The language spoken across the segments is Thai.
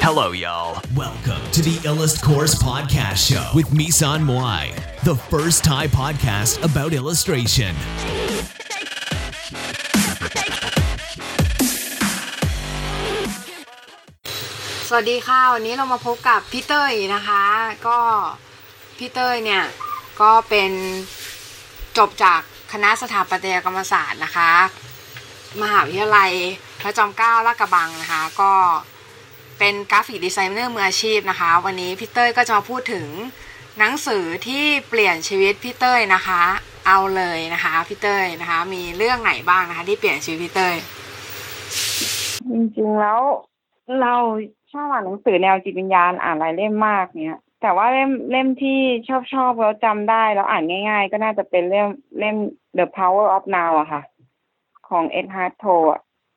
Hello, y'all. Welcome to the Illust Course Podcast Show with Misan Moai, the first Thai podcast about illustration. สวัสดีค่ะวันนี้เรามาพบกับพี่เต้ยนะคะก็พี่เต้ยเนี่ยก็เป็นจบจากคณะสถาปัตยกรรมศาสตร์นะคะมหาวิทยาลัยพระจอมเกล้าลาดกระบังนะคะก็เป็นกราฟิกดีไซเนอร์มืออาชีพนะคะวันนี้พี่เต้ยก็จะมาพูดถึงหนังสือที่เปลี่ยนชีวิตพี่เต้ยนะคะเอาเลยนะคะพี่เต้ยนะคะมีเรื่องไหนบ้างนะคะที่เปลี่ยนชีวิตพี่เต้ยจริงๆแล้วเราชอบอ่านหนังสือแนวจิตวิญญาณอ่านหลายเล่มมากเนี่ยแต่ว่าเล่มที่ชอบแล้วจำได้แล้วอ่านง่ายๆก็น่าจะเป็นเล่ม The Power of Now อะค่ะของเอ็ดฮาร์ทโทอ่ะ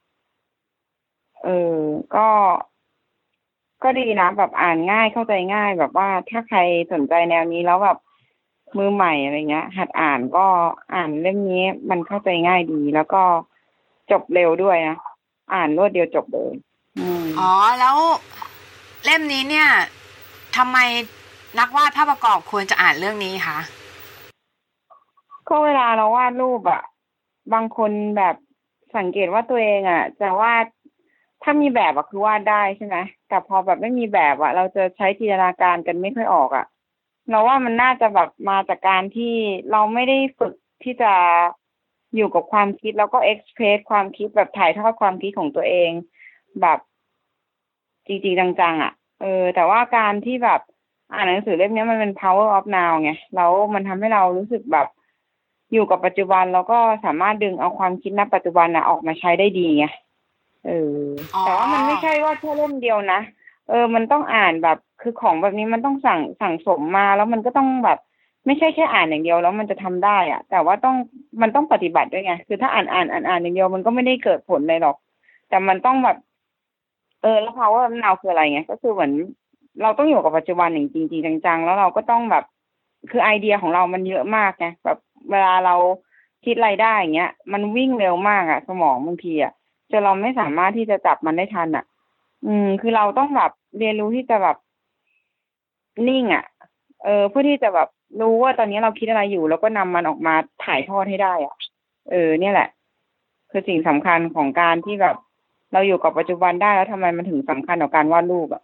ก็ดีนะแบบอ่านง่ายเข้าใจง่ายแบบว่าถ้าใครสนใจแนวนี้แล้วแบบมือใหม่อะไรเงี้ยหัดอ่านก็อ่านเล่มนี้มันเข้าใจง่ายดีแล้วก็จบเร็วด้วยนะอ่านรวดเดียวจบเลยอ๋อแล้วเล่มนี้เนี่ยทำไมนักวาดภาพประกอบควรจะอ่านเรื่องนี้คะก็เวลาเราวาดรูปอะบางคนแบบสังเกตว่าตัวเองอะจะวาดถ้ามีแบบอะคือวาดได้ใช่ไหมแต่พอแบบไม่มีแบบอะเราจะใช้จินตนาการกันไม่ค่อยออกอะเราว่ามันน่าจะแบบมาจากการที่เราไม่ได้ฝึกที่จะอยู่กับความคิดแล้วก็เอ็กซ์เพรสความคิดแบบถ่ายทอดความคิดของตัวเองแบบจริงๆจังๆอ่ะแต่ว่าการที่แบบอ่านหนังสือเล่มนี้มันเป็น power of now ไงแล้วมันทำให้เรารู้สึกแบบอยู่กับปัจจุบันแล้วก็สามารถดึงเอาความคิดณปัจจุบันน่ะออกมาใช้ได้ดีไงแต่ว่ามันไม่ใช่ว่าแค่เล่มเดียวนะมันต้องอ่านแบบคือของแบบนี้มันต้องสั่งสมมาแล้วมันก็ต้องแบบไม่ใช่แค่อ่านอย่างเดียวแล้วมันจะทำได้อ่ะแต่ว่ามันต้องปฏิบัติด้วยไงคือถ้าอ่านอย่างเดียวมันก็ไม่ได้เกิดผลเลยหรอกแต่มันต้องแบบแล้ว power of now คืออะไรไงก็คือเหมือนเราต้องอยู่กับปัจจุบันอย่างจริงๆจังๆแล้วเราก็ต้องแบบคือไอเดียของเรามันเยอะมากไงแบบเวลาเราคิดอะไรได้อย่างเงี้ยมันวิ่งเร็วมากอ่ะสมองบางทีอ่ะจนเราไม่สามารถที่จะจับมันได้ทันอ่ะคือเราต้องแบบเรียนรู้ที่จะแบบนิ่งอ่ะเพื่อที่จะแบบรู้ว่าตอนนี้เราคิดอะไรอยู่แล้วก็นำมันออกมาถ่ายทอดให้ได้อ่ะเนี่ยแหละคือสิ่งสำคัญของการที่แบบเราอยู่กับปัจจุบันได้แล้วทำไมมันถึงสำคัญต่อการวาดรูปอ่ะ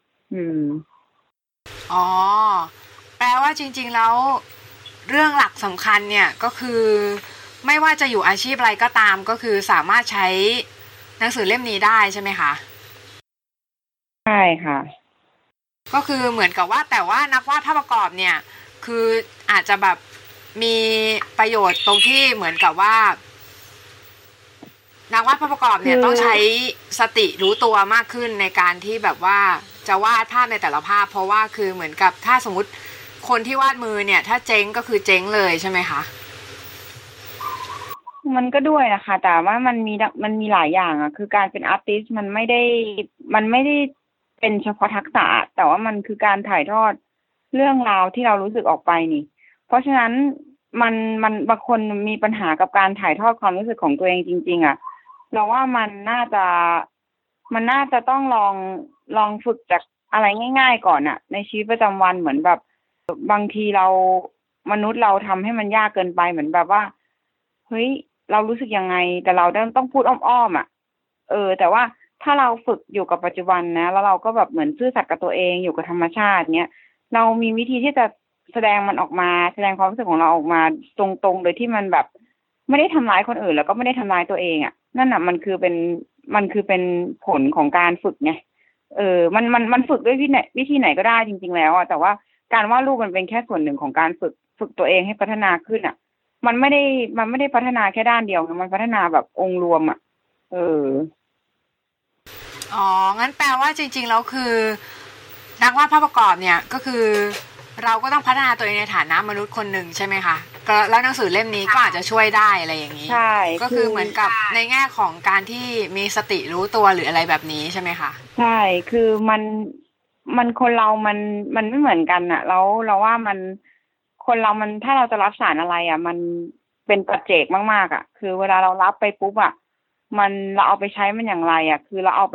อ๋อแปลว่าจริงๆแล้วเรื่องหลักสำคัญเนี่ยก็คือไม่ว่าจะอยู่อาชีพอะไรก็ตามก็คือสามารถใช้หนังสือเล่มนี้ได้ใช่ไหมคะใช่ค่ะก็คือเหมือนกับว่าแต่ว่านักวาดภาพประกอบเนี่ยคืออาจจะแบบมีประโยชน์ตรงที่เหมือนกับว่านักวาดภาพประกอบเนี่ยต้องใช้สติรู้ตัวมากขึ้นในการที่แบบว่าจะวาดภาพในแต่ละภาพเพราะว่าคือเหมือนกับถ้าสมมติคนที่วาดมือเนี่ยถ้าเจ๊งก็คือเจ๊งเลยใช่ไหมคะมันก็ด้วยนะคะแต่ว่ามันมีหลายอย่างอ่ะคือการเป็นอาร์ติสต์มันไม่ได้เป็นเฉพาะทักษะแต่ว่ามันคือการถ่ายทอดเรื่องราวที่เรารู้สึกออกไปนี่เพราะฉะนั้นมันบางคนมีปัญหากับการถ่ายทอดความรู้สึกของตัวเองจริงๆอ่ะเราว่ามันน่าจะต้องลองฝึกจากอะไรง่ายๆก่อนอ่ะในชีวิตประจำวันเหมือนแบบบางทีมนุษย์เราทำให้มันยากเกินไปเหมือนแบบว่าเฮ้ยเรารู้สึกยังไงแต่เราต้องพูดอ้อมๆอ่ะแต่ว่าถ้าเราฝึกอยู่กับปัจจุบันนะแล้วเราก็แบบเหมือนซื่อสัตย์กับตัวเองอยู่กับธรรมชาติเนี้ยเรามีวิธีที่จะแสดงมันออกมาแสดงความรู้สึกของเราออกมาตรงๆโดยที่มันแบบไม่ได้ทำร้ายคนอื่นแล้วก็ไม่ได้ทำร้ายตัวเองอ่ะนั่นน่ะมันคือเป็นผลของการฝึกไงมันฝึกด้วยวิธีไหนก็ได้จริงๆแล้วอ่ะแต่ว่าการวาดรูปมันเป็นแค่ส่วนหนึ่งของการฝึกตัวเองให้พัฒนาขึ้นอ่ะมันไม่ได้พัฒนาแค่ด้านเดียวมันพัฒนาแบบองค์รวมอ่ะอ๋องั้นแปลว่าจริงๆแล้วคือนักวาดภาพประกอบเนี่ยก็คือเราก็ต้องพัฒนาตัวเองในฐานะมนุษย์คนหนึ่งใช่ไหมคะแล้วหนังสือเล่มนี้ก็อาจจะช่วยได้อะไรอย่างนี้ใช่ก็คือเหมือนกับในแง่ของการที่มีสติรู้ตัวหรืออะไรแบบนี้ใช่ไหมคะใช่คือมันคนเรามันไม่เหมือนกันอ่ะแล้วเราว่าคนเรามันถ้าเราจะรับสารอะไรอ่ะมันเป็นปัจเจกมากๆอ่ะคือเวลาเรารับไปปุ๊บอ่ะเราเอาไปใช้มันอย่างไรอ่ะคือเราเอาไป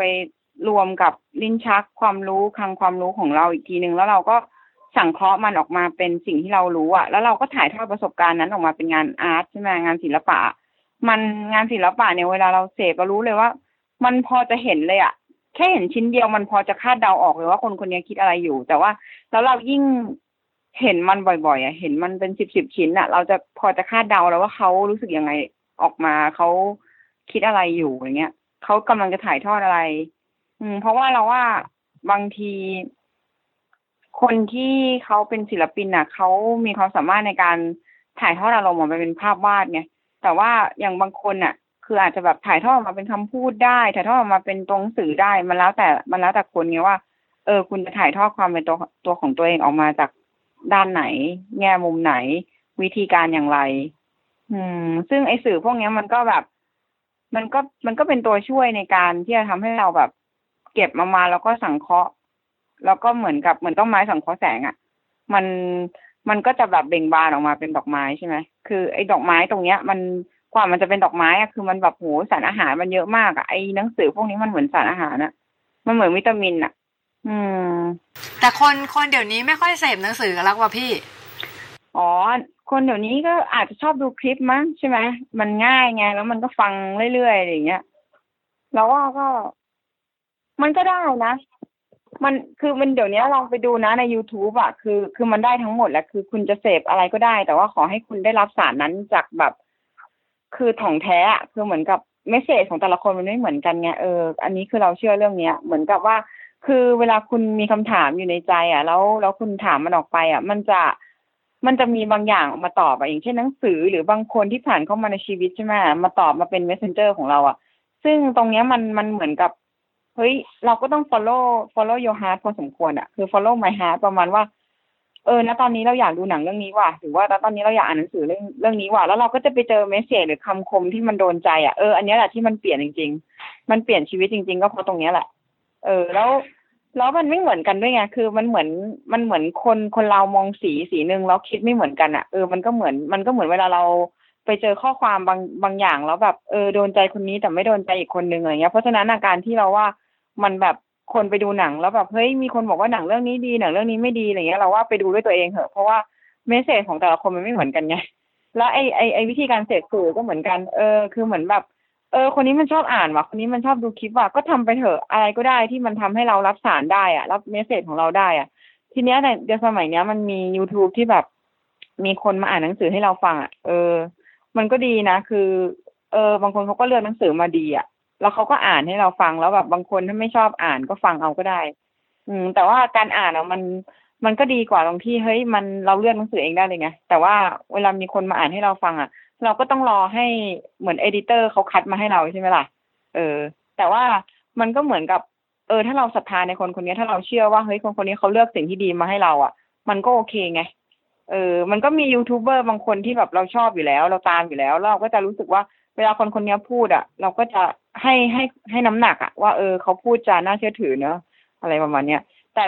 รวมกับลิ้นชักความรู้คลังความรู้ของเราอีกทีนึงแล้วเราก็สังเคราะห์มันออกมาเป็นสิ่งที่เรารู้อ่ะแล้วเราก็ถ่ายทอดประสบการณ์นั้นออกมาเป็นงานอาร์ตใช่ไหมงานศิลปะมันงานศิลปะเนี่ยเวลาเราเสพเรารู้เลยว่ามันพอจะเห็นเลยอ่ะแค่เห็นชิ้นเดียวมันพอจะคาดเดาออกเลยว่าคนคนนี้คิดอะไรอยู่แต่ว่าแล้วเรายิ่งเห็นมันบ่อยๆอ่ะเห็นมันเป็นสิบชิ้นอ่ะเราจะพอจะคาดเดาแล้วว่าเขารู้สึกยังไงออกมาเขาคิดอะไรอยู่อย่างเงี้ยเขากำลังจะถ่ายทอดอะไรเพราะว่าเราว่าบางทีคนที่เขาเป็นศิลปินน่ะเขามีความสามารถในการถ่ายทอดอารมณ์ออกมาเป็นภาพวาดไงแต่ว่าอย่างบางคนน่ะคืออาจจะแบบถ่ายทอดออกมาเป็นคำพูดได้ถ่ายทอดออกมาเป็นตัวหนังสือได้มันแล้วแต่คนไงว่าคุณจะถ่ายทอดความเป็นตัวของตัวเองออกมาจากด้านไหนแง่มุมไหนวิธีการอย่างไรซึ่งไอ้สื่อพวกนี้มันก็แบบมันก็เป็นตัวช่วยในการที่จะทำให้เราแบบเก็บมาแล้วก็สังเคราะห์แล้วก็เหมือนต้นไม้สังเคราะห์แสงอ่ะมันก็จะแบบเบ่งบานออกมาเป็นดอกไม้ใช่ไหมคือไอ้ดอกไม้ตรงเนี้ยมันกว่ามันจะเป็นดอกไม้อ่ะคือมันแบบโหสารอาหารมันเยอะมากอ่ะไอ้หนังสือพวกนี้มันเหมือนสารอาหารอ่ะมันเหมือนวิตามินอ่ะแต่คนเดี๋ยวนี้ไม่ค่อยเสพหนังสือกันแล้วว่ะพี่อ๋อคนเดี๋ยวนี้ก็อาจจะชอบดูคลิปมั้งใช่ไหมมันง่ายไงแล้วมันก็ฟังเรื่อยๆอะไรอย่างเงี้ยแล้วว่าก็มันก็ได้นะมันคือมันเดี๋ยวนี้ลองไปดูนะใน YouTube อ่ะคือมันได้ทั้งหมดแหละคือคุณจะเสพอะไรก็ได้แต่ว่าขอให้คุณได้รับสารนั้นจากแบบคือถ่องแท้อ่ะคือเหมือนกับเมสเสจของแต่ละคนมันไม่เหมือนกันไงอันนี้คือเราเชื่อเรื่องเนี้ยเหมือนกับว่าคือเวลาคุณมีคำถามอยู่ในใจอ่ะแล้วคุณถามมันออกไปอ่ะมันจะมีบางอย่างมาตอบอ่ะอย่างเช่นหนังสือหรือบางคนที่ผ่านเข้ามาในชีวิตใช่ไหมมาตอบมาเป็น messenger ของเราอ่ะซึ่งตรงเนี้ยมันเหมือนกับเฮ้ยเราก็ต้อง follow your heart พอสมควรอ่ะคือ follow my heart ประมาณว่าณตอนนี้เราอยากดูหนังเรื่องนี้ว่ะหรือว่าตอนนี้เราอยากอ่านหนังสือเรื่องนี้ว่ะแล้วเราก็จะไปเจอเมสเสจหรือคำคมที่มันโดนใจอ่ะอันนี้แหละที่มันเปลี่ยนจริงๆมันเปลี่ยนชีวิตจริงๆก็เพราะตรงเนี้ยแหละแล้วมันไม่เหมือนกันด้วยไงคือมันเหมือนคนเรามองสีนึงแล้วคิดไม่เหมือนกันอ่ะมันก็เหมือนเวลาเราไปเจอข้อความบางอย่างแล้วแบบโดนใจคนนี้แต่ไม่โดนใจอีกคนนึงอะไรเงี้ยเพราะฉะนั้นอาการที่เราว่ามันแบบคนไปดูหนังแล้วแบบเฮ้ยมีคนบอกว่าหนังเรื่องนี้ดีหนังเรื่องนี้ไม่ดีอะไรเงี้ยเราว่าไปดูด้วยตัวเองเถอะเพราะว่าเมสเสจของแต่ละคนมันไม่เหมือนกันไงแล้วไอวิธีการเสพสื่อก็เหมือนกันคือเหมือนแบบคนนี้มันชอบอ่านว่ะคนนี้มันชอบดูคลิปว่ะก็ทำไปเถอะอะไรก็ได้ที่มันทำให้เรารับสารได้อ่ะรับเมสเสจของเราได้อ่ะทีเนี้ยในเดี๋ยวสมัยเนี้ยมันมี YouTube ที่แบบมีคนมาอ่านหนังสือให้เราฟังอ่ะมันก็ดีนะคือบางคนเขาก็เลือกหนังสือมาดีอ่ะแล้วเขาก็อ่านให้เราฟังแล้วแบบบางคนถ้าไม่ชอบอ่านก็ฟังเอาก็ได้แต่ว่าการอ่านอ่ะมันก็ดีกว่าตรงที่เฮ้ยเราเลือกหนังสือเองได้เลยไงแต่ว่าเวลามีคนมาอ่านให้เราฟังอ่ะเราก็ต้องรอให้เหมือนเอดิเตอร์เขาคัดมาให้เราใช่ไหมล่ะแต่ว่ามันก็เหมือนกับถ้าเราศรัทธาในคนคนนี้ถ้าเราเชื่อว่าเฮ้ยคนนี้เขาเลือกสิ่งที่ดีมาให้เราอ่ะมันก็โอเคไงมันก็มียูทูบเบอร์บางคนที่แบบเราชอบอยู่แล้วเราตามอยู่แล้วเราก็จะรู้สึกว่าเวลาคนคนนี้พูดอ่ะเราก็จะให้น้ำหนักอ่ะว่าเขาพูดจาน่าเชื่อถือเนอะอะไรประมาณเนี้ยแต่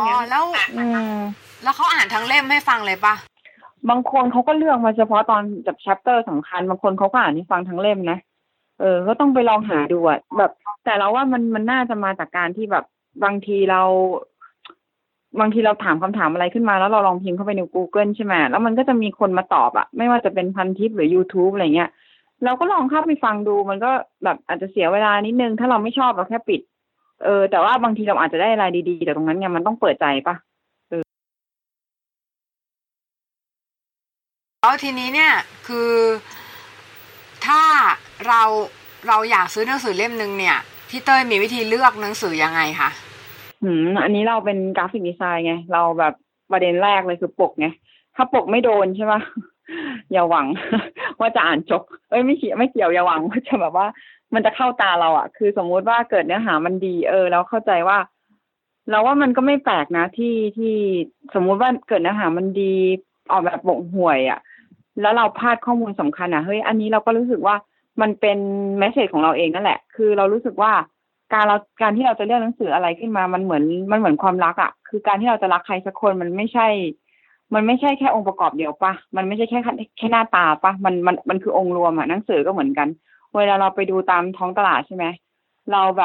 แล้วเขาอ่านทั้งเล่มให้ฟังเลยปะบางคนเขาก็เลือกมาเฉพาะตอนแบบชัปเตอร์สำคัญบางคนเขาก็อ่านให้ฟังทั้งเล่มนะก็ต้องไปลองหาดูอ่ะแบบแต่เราว่ามันน่าจะมาจากการที่แบบบางทีเราถามคำถามอะไรขึ้นมาแล้วเราลองพิมพ์เข้าไปใน Google ใช่ไหมแล้วมันก็จะมีคนมาตอบอ่ะไม่ว่าจะเป็นพันทิปหรือ YouTube อะไรเงี้ยเราก็ลองเข้าไปฟังดูมันก็แบบอาจจะเสียเวลานิดนึงถ้าเราไม่ชอบเราแค่ปิดแต่ว่าบางทีเราอาจจะได้อะไรดีๆแต่ตรงนั้นเนี่ยมันต้องเปิดใจปะแล้วทีนี้เนี่ยคือถ้าเราอยากซื้อหนังสือเล่มนึงเนี่ยพี่เต้ยมีวิธีเลือกหนังสือยังไงคะอันนี้เราเป็นกราฟิกดีไซน์ไงเราแบบประเด็นแรกเลยคือปกไงถ้าปกไม่โดนใช่ไหมอย่าหวังว่าจะอ่านจบไม่เกี่ยวอย่าหวังว่าจะแบบว่ามันจะเข้าตาเราอ่ะคือสมมุติว่าเกิดเนื้อหามันดีแล้วเข้าใจว่าเราว่ามันก็ไม่แปลกนะที่สมมุติว่าเกิดเนื้อหามันดีออกแบบปกห่วยอ่ะแล้วเราพลาดข้อมูลสำคัญอ่ะเฮ้ยอันนี้เราก็รู้สึกว่ามันเป็นเมสเสจของเราเองนั่นแหละคือเรารู้สึกว่าการที่เราจะเลือกหนังสืออะไรขึ้นมามันเหมือนความรักอ่ะคือการที่เราจะรักใครสักคนมันไม่ใช่แค่องค์ประกอบเดียวปะมันไม่ใช่แค่หน้าตาปะมันคือองค์รวมอ่ะหนังสือก็เหมือนกันเวลาเราไปดูตามท้องตลาดใช่ไหมเราแบบ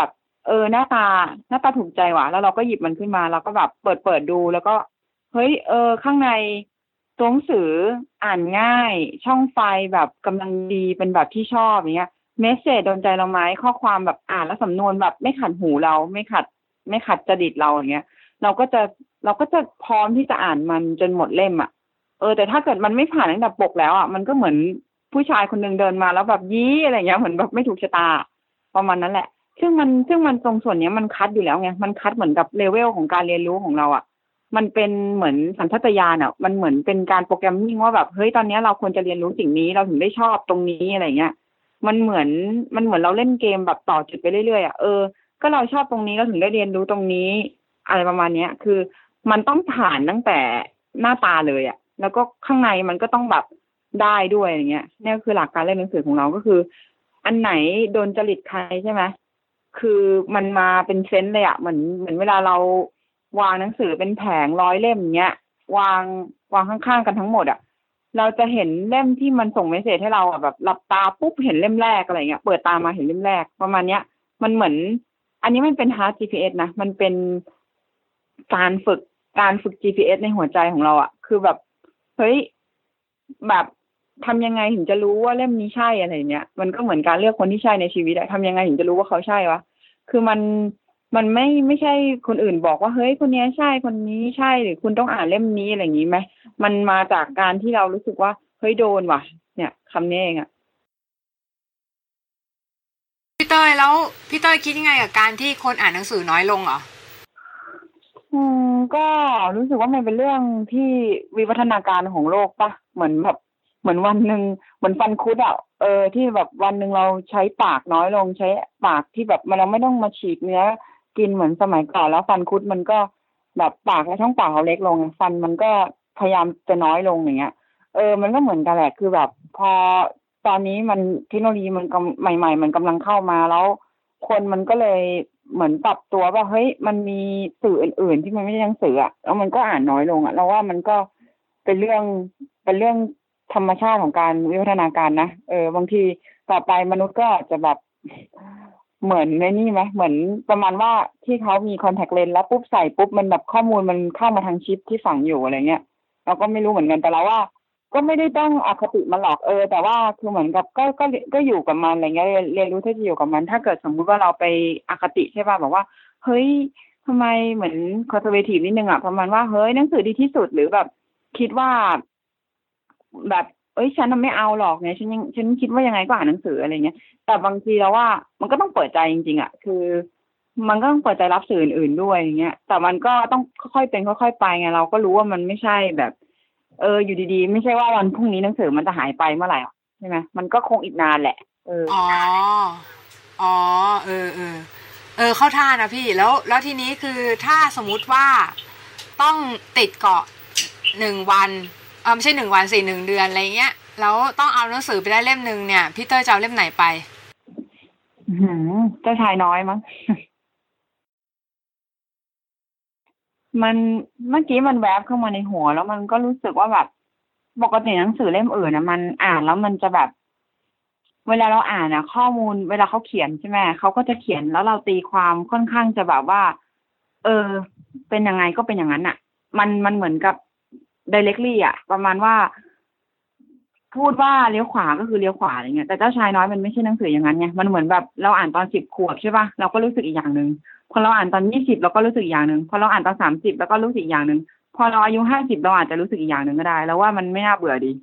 หน้าตาถูกใจว่ะแล้วเราก็หยิบมันขึ้นมาเราก็แบบเปิดดูแล้วก็เฮ้ยข้างในตัวหนังสืออ่านง่ายช่องไฟแบบกำลังดีเป็นแบบที่ชอบอย่างเงี้ยเมสเสจโดนใจเราไหมข้อความแบบอ่านแล้วสำนวนแบบไม่ขัดหูเราไม่ขัดจริตเราอย่างเงี้ยเราก็จะพร้อมที่จะอ่านมันจนหมดเล่มอ่ะแต่ถ้าเกิดมันไม่ผ่านตั้งแต่ปกแล้วอ่ะมันก็เหมือนผู้ชายคนนึงเดินมาแล้วแบบยี้อะไรเงี้ยเหมือนแบบไม่ถูกชะตาประมาณนั้นแหละซึ่งมันตรงส่วนเนี้ยมันคัดอยู่แล้วไงมันคัดเหมือนกับเลเวลของการเรียนรู้ของเราอ่ะมันเป็นเหมือนสัญชาตญาณอ่ะมันเหมือนเป็นการโปรแกรมมิ่งว่าแบบเฮ้ยตอนนี้เราควรจะเรียนรู้สิ่งนี้เราถึงได้ชอบตรงนี้อะไรเงี้ยมันเหมือนเราเล่นเกมแบบต่อจุดไปเรื่อยๆอ่ะก็เราชอบตรงนี้เราถึงได้เรียนรู้ตรงนี้อะไรประมาณเนี้ยคือมันต้องผ่านตั้งแต่หน้าตาเลยอ่ะแล้วก็ข้างในมันก็ต้องแบบได้ด้วยอย่างเงี้ยเนี่ยคือหลักการเล่นหนังสือของเราก็คืออันไหนโดนจริตใครใช่ไหมคือมันมาเป็นเซนส์เลยอ่ะเหมือนเวลาเราวางหนังสือเป็นแผง100เล่มอย่างเงี้ยวางข้างๆกันทั้งหมดอ่ะเราจะเห็นเล่มที่มันส่งเมสเสจให้เราอ่ะแบบหลับตาปุ๊บเห็นเล่มแรกอะไรเงี้ยเปิดตามาเห็นเล่มแรกประมาณเนี้ยมันเหมือนอันนี้มันเป็น Heart GPS นะมันเป็นการฝึก GPS ในหัวใจของเราอ่ะคือแบบเฮ้ยแบบทำยังไงถึงจะรู้ว่าเล่มนี้ใช่อะไรเนี้ยมันก็เหมือนการเลือกคนที่ใช่ในชีวิตอะทำยังไงถึงจะรู้ว่าเขาใช่วะคือมันไม่ใช่คนอื่นบอกว่าเฮ้ยคนนี้ใช่คนนี้ใช่หรือคุณต้องอ่านเล่มนี้อะไรอย่างนี้ไหมมันมาจากการที่เรารู้สึกว่าเฮ้ยโดนว่ะเนี่ยคำนี้เองอะพี่เต้ยแล้วพี่เต้ยคิดยังไงกับการที่คนอ่านหนังสือน้อยลงเหรอก็รู้สึกว่ามันเป็นเรื่องที่วิวัฒนาการของโลกปะเหมือนแบบเหมือนวันหนึ่งเหมือนฟันคุดอ่ะที่แบบวันหนึ่งเราใช้ปากน้อยลงใช้ปากที่แบบเราไม่ต้องมาฉีกเนื้อกินเหมือนสมัยก่อนแล้วฟันคุดมันก็แบบปากและช่องปากเราเล็กลงฟันมันก็พยายามจะน้อยลงอย่างเงี้ยมันก็เหมือนกันแหละคือแบบพอตอนนี้มันเทคโนโลยีมันใหม่ๆมันกำลังเข้ามาแล้วคนมันก็เลยเหมือนปรับตัวว่าเฮ้ยมันมีสื่ออื่นๆที่มันไม่ใช่หนังสืออ่ะแล้วมันก็อ่านน้อยลงอ่ะเราว่ามันก็เป็นเรื่องธรรมชาติของการวิวัฒนาการนะบางทีต่อไปมนุษย์ก็จะแบบเหมือนในนี่ไหมเหมือนประมาณว่าที่เขามีคอนแทคเลนส์แล้วปุ๊บใส่ปุ๊บมันแบบข้อมูลมันเข้ามาทางชิปที่ฝังอยู่อะไรเงี้ยเราก็ไม่รู้เหมือนกันแต่เราว่าก็ไม่ได้ต้องอคติมันหรอกแต่ว่าคือเหมือนกับก็อยู่กับมันอะไรเงี้ยเรียนรู้ที่จะอยู่กับมันถ้าเกิดสมมุติว่าเราไปอคติใช่ป่ะบอกว่าเฮ้ยทำไมเหมือนคอนเซอร์เวทีฟนิดนึงอ่ะประมาณว่าเฮ้ยหนังสือดีที่สุดหรือแบบคิดว่าแบบฉันน่ะไม่เอาหรอกเนี่ยฉันคิดว่ายังไงก็อ่านหนังสืออะไรเงี้ยแต่บางทีเราว่ามันก็ต้องเปิดใจจริงๆอ่ะคือมันก็ต้องเปิดใจรับสื่ออื่นๆด้วยอย่างเงี้ยแต่มันก็ต้องค่อยๆเป็นค่อยๆไปไงเราก็รู้ว่ามันไม่ใช่แบบอยู่ดีๆไม่ใช่ว่าวันพรุ่งนี้หนังสือมันจะหายไปเมื่อไหร่ใช่ไหมมันก็คงอีกนานแหละอ๋ออ๋อเข้าท่านะพี่แล้วทีนี้คือถ้าสมมุติว่าต้องติดเกาะ1 วันไม่ใช่1 วันสิ1 เดือนอะไรเงี้ยแล้วต้องเอาหนังสือไปได้เล่มนึงเนี่ยพี่เต้ยจะเอาเล่มไหนไปเจ้าชายน้อยมั้ง มันเมื่อกี้มันแวบเข้ามาในหัวแล้วมันก็รู้สึกว่าแบบปกติหนังสือเล่มอื่นนะมันอ่านแล้วมันจะแบบเวลาเราอ่านอะข้อมูลเวลาเขาเขียนใช่ไหมเขาก็จะเขียนแล้วเราตีความค่อนข้างจะแบบว่าเออเป็นยังไงก็เป็นอย่างนั้นอะมันเหมือนกับ directly อะประมาณว่าพูดว่าเลี้ยวขวาก็คือเลี้ยวขวาอะไรเงี้ยแต่เจ้าชายน้อยมันไม่ใช่หนังสืออย่างนั้นไงมันเหมือนแบบเราอ่านตอน10 ขวบใช่ป่ะเราก็รู้สึกอีกอย่างหนึ่งพอเราอ่านตอน20เราก็รู้สึกอย่างหนึ่งพอเราอ่านตอน30แล้วก็รู้สึกอย่างหนึ่งพอเราอายุ50เราอาจจะรู้สึกอีกอย่างหนึ่งก็ได้แล้วว่ามันไม่น่าเบื่อดี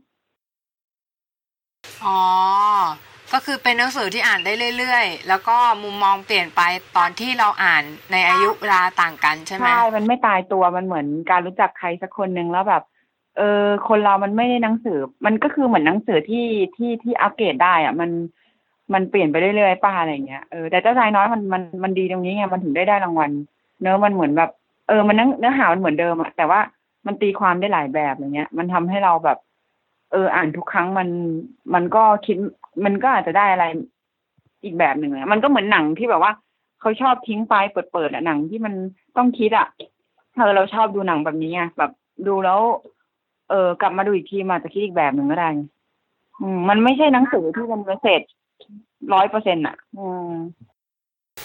อ๋อก็คือเป็นหนังสือที่อ่านได้เรื่อยๆแล้วก็มุมมองเปลี่ยนไปตอนที่เราอ่านในอายุเวลาต่างกันใช่ไหมใช่มันไม่ตายตัวมันเหมือนการรู้จักใครสักคนหนึ่งแล้วแบบคนเรามันไม่ได้หนังสือมันก็คือเหมือนหนังสือที่อัปเกรดได้อะมันเปลี่ยนไปเรื่อยๆป้าอะไรเงี้ยแต่เจ้าชายน้อยมันดีตรงนี้ไงมันถึงได้รางวัลเนื้อมันเหมือนแบบมันเนื้อหามันเหมือนเดิมอะแต่ว่ามันตีความได้หลายแบบอย่างเงี้ยมันทำให้เราแบบอ่านทุกครั้งมันก็คิดมันก็อาจจะได้อะไรอีกแบบหนึ่งอะมันก็เหมือนหนังที่แบบว่าเขาชอบทิ้งไฟล์เปิดอะหนังที่มันต้องคิดอะเราชอบดูหนังแบบนี้ไงแบบดูแล้วกลับมาดูอีกทีมาจะคิดอีกแบบหนึ่งก็ได้มันไม่ใช่หนังสือที่เป็นเมสเสจ100%อ่ะ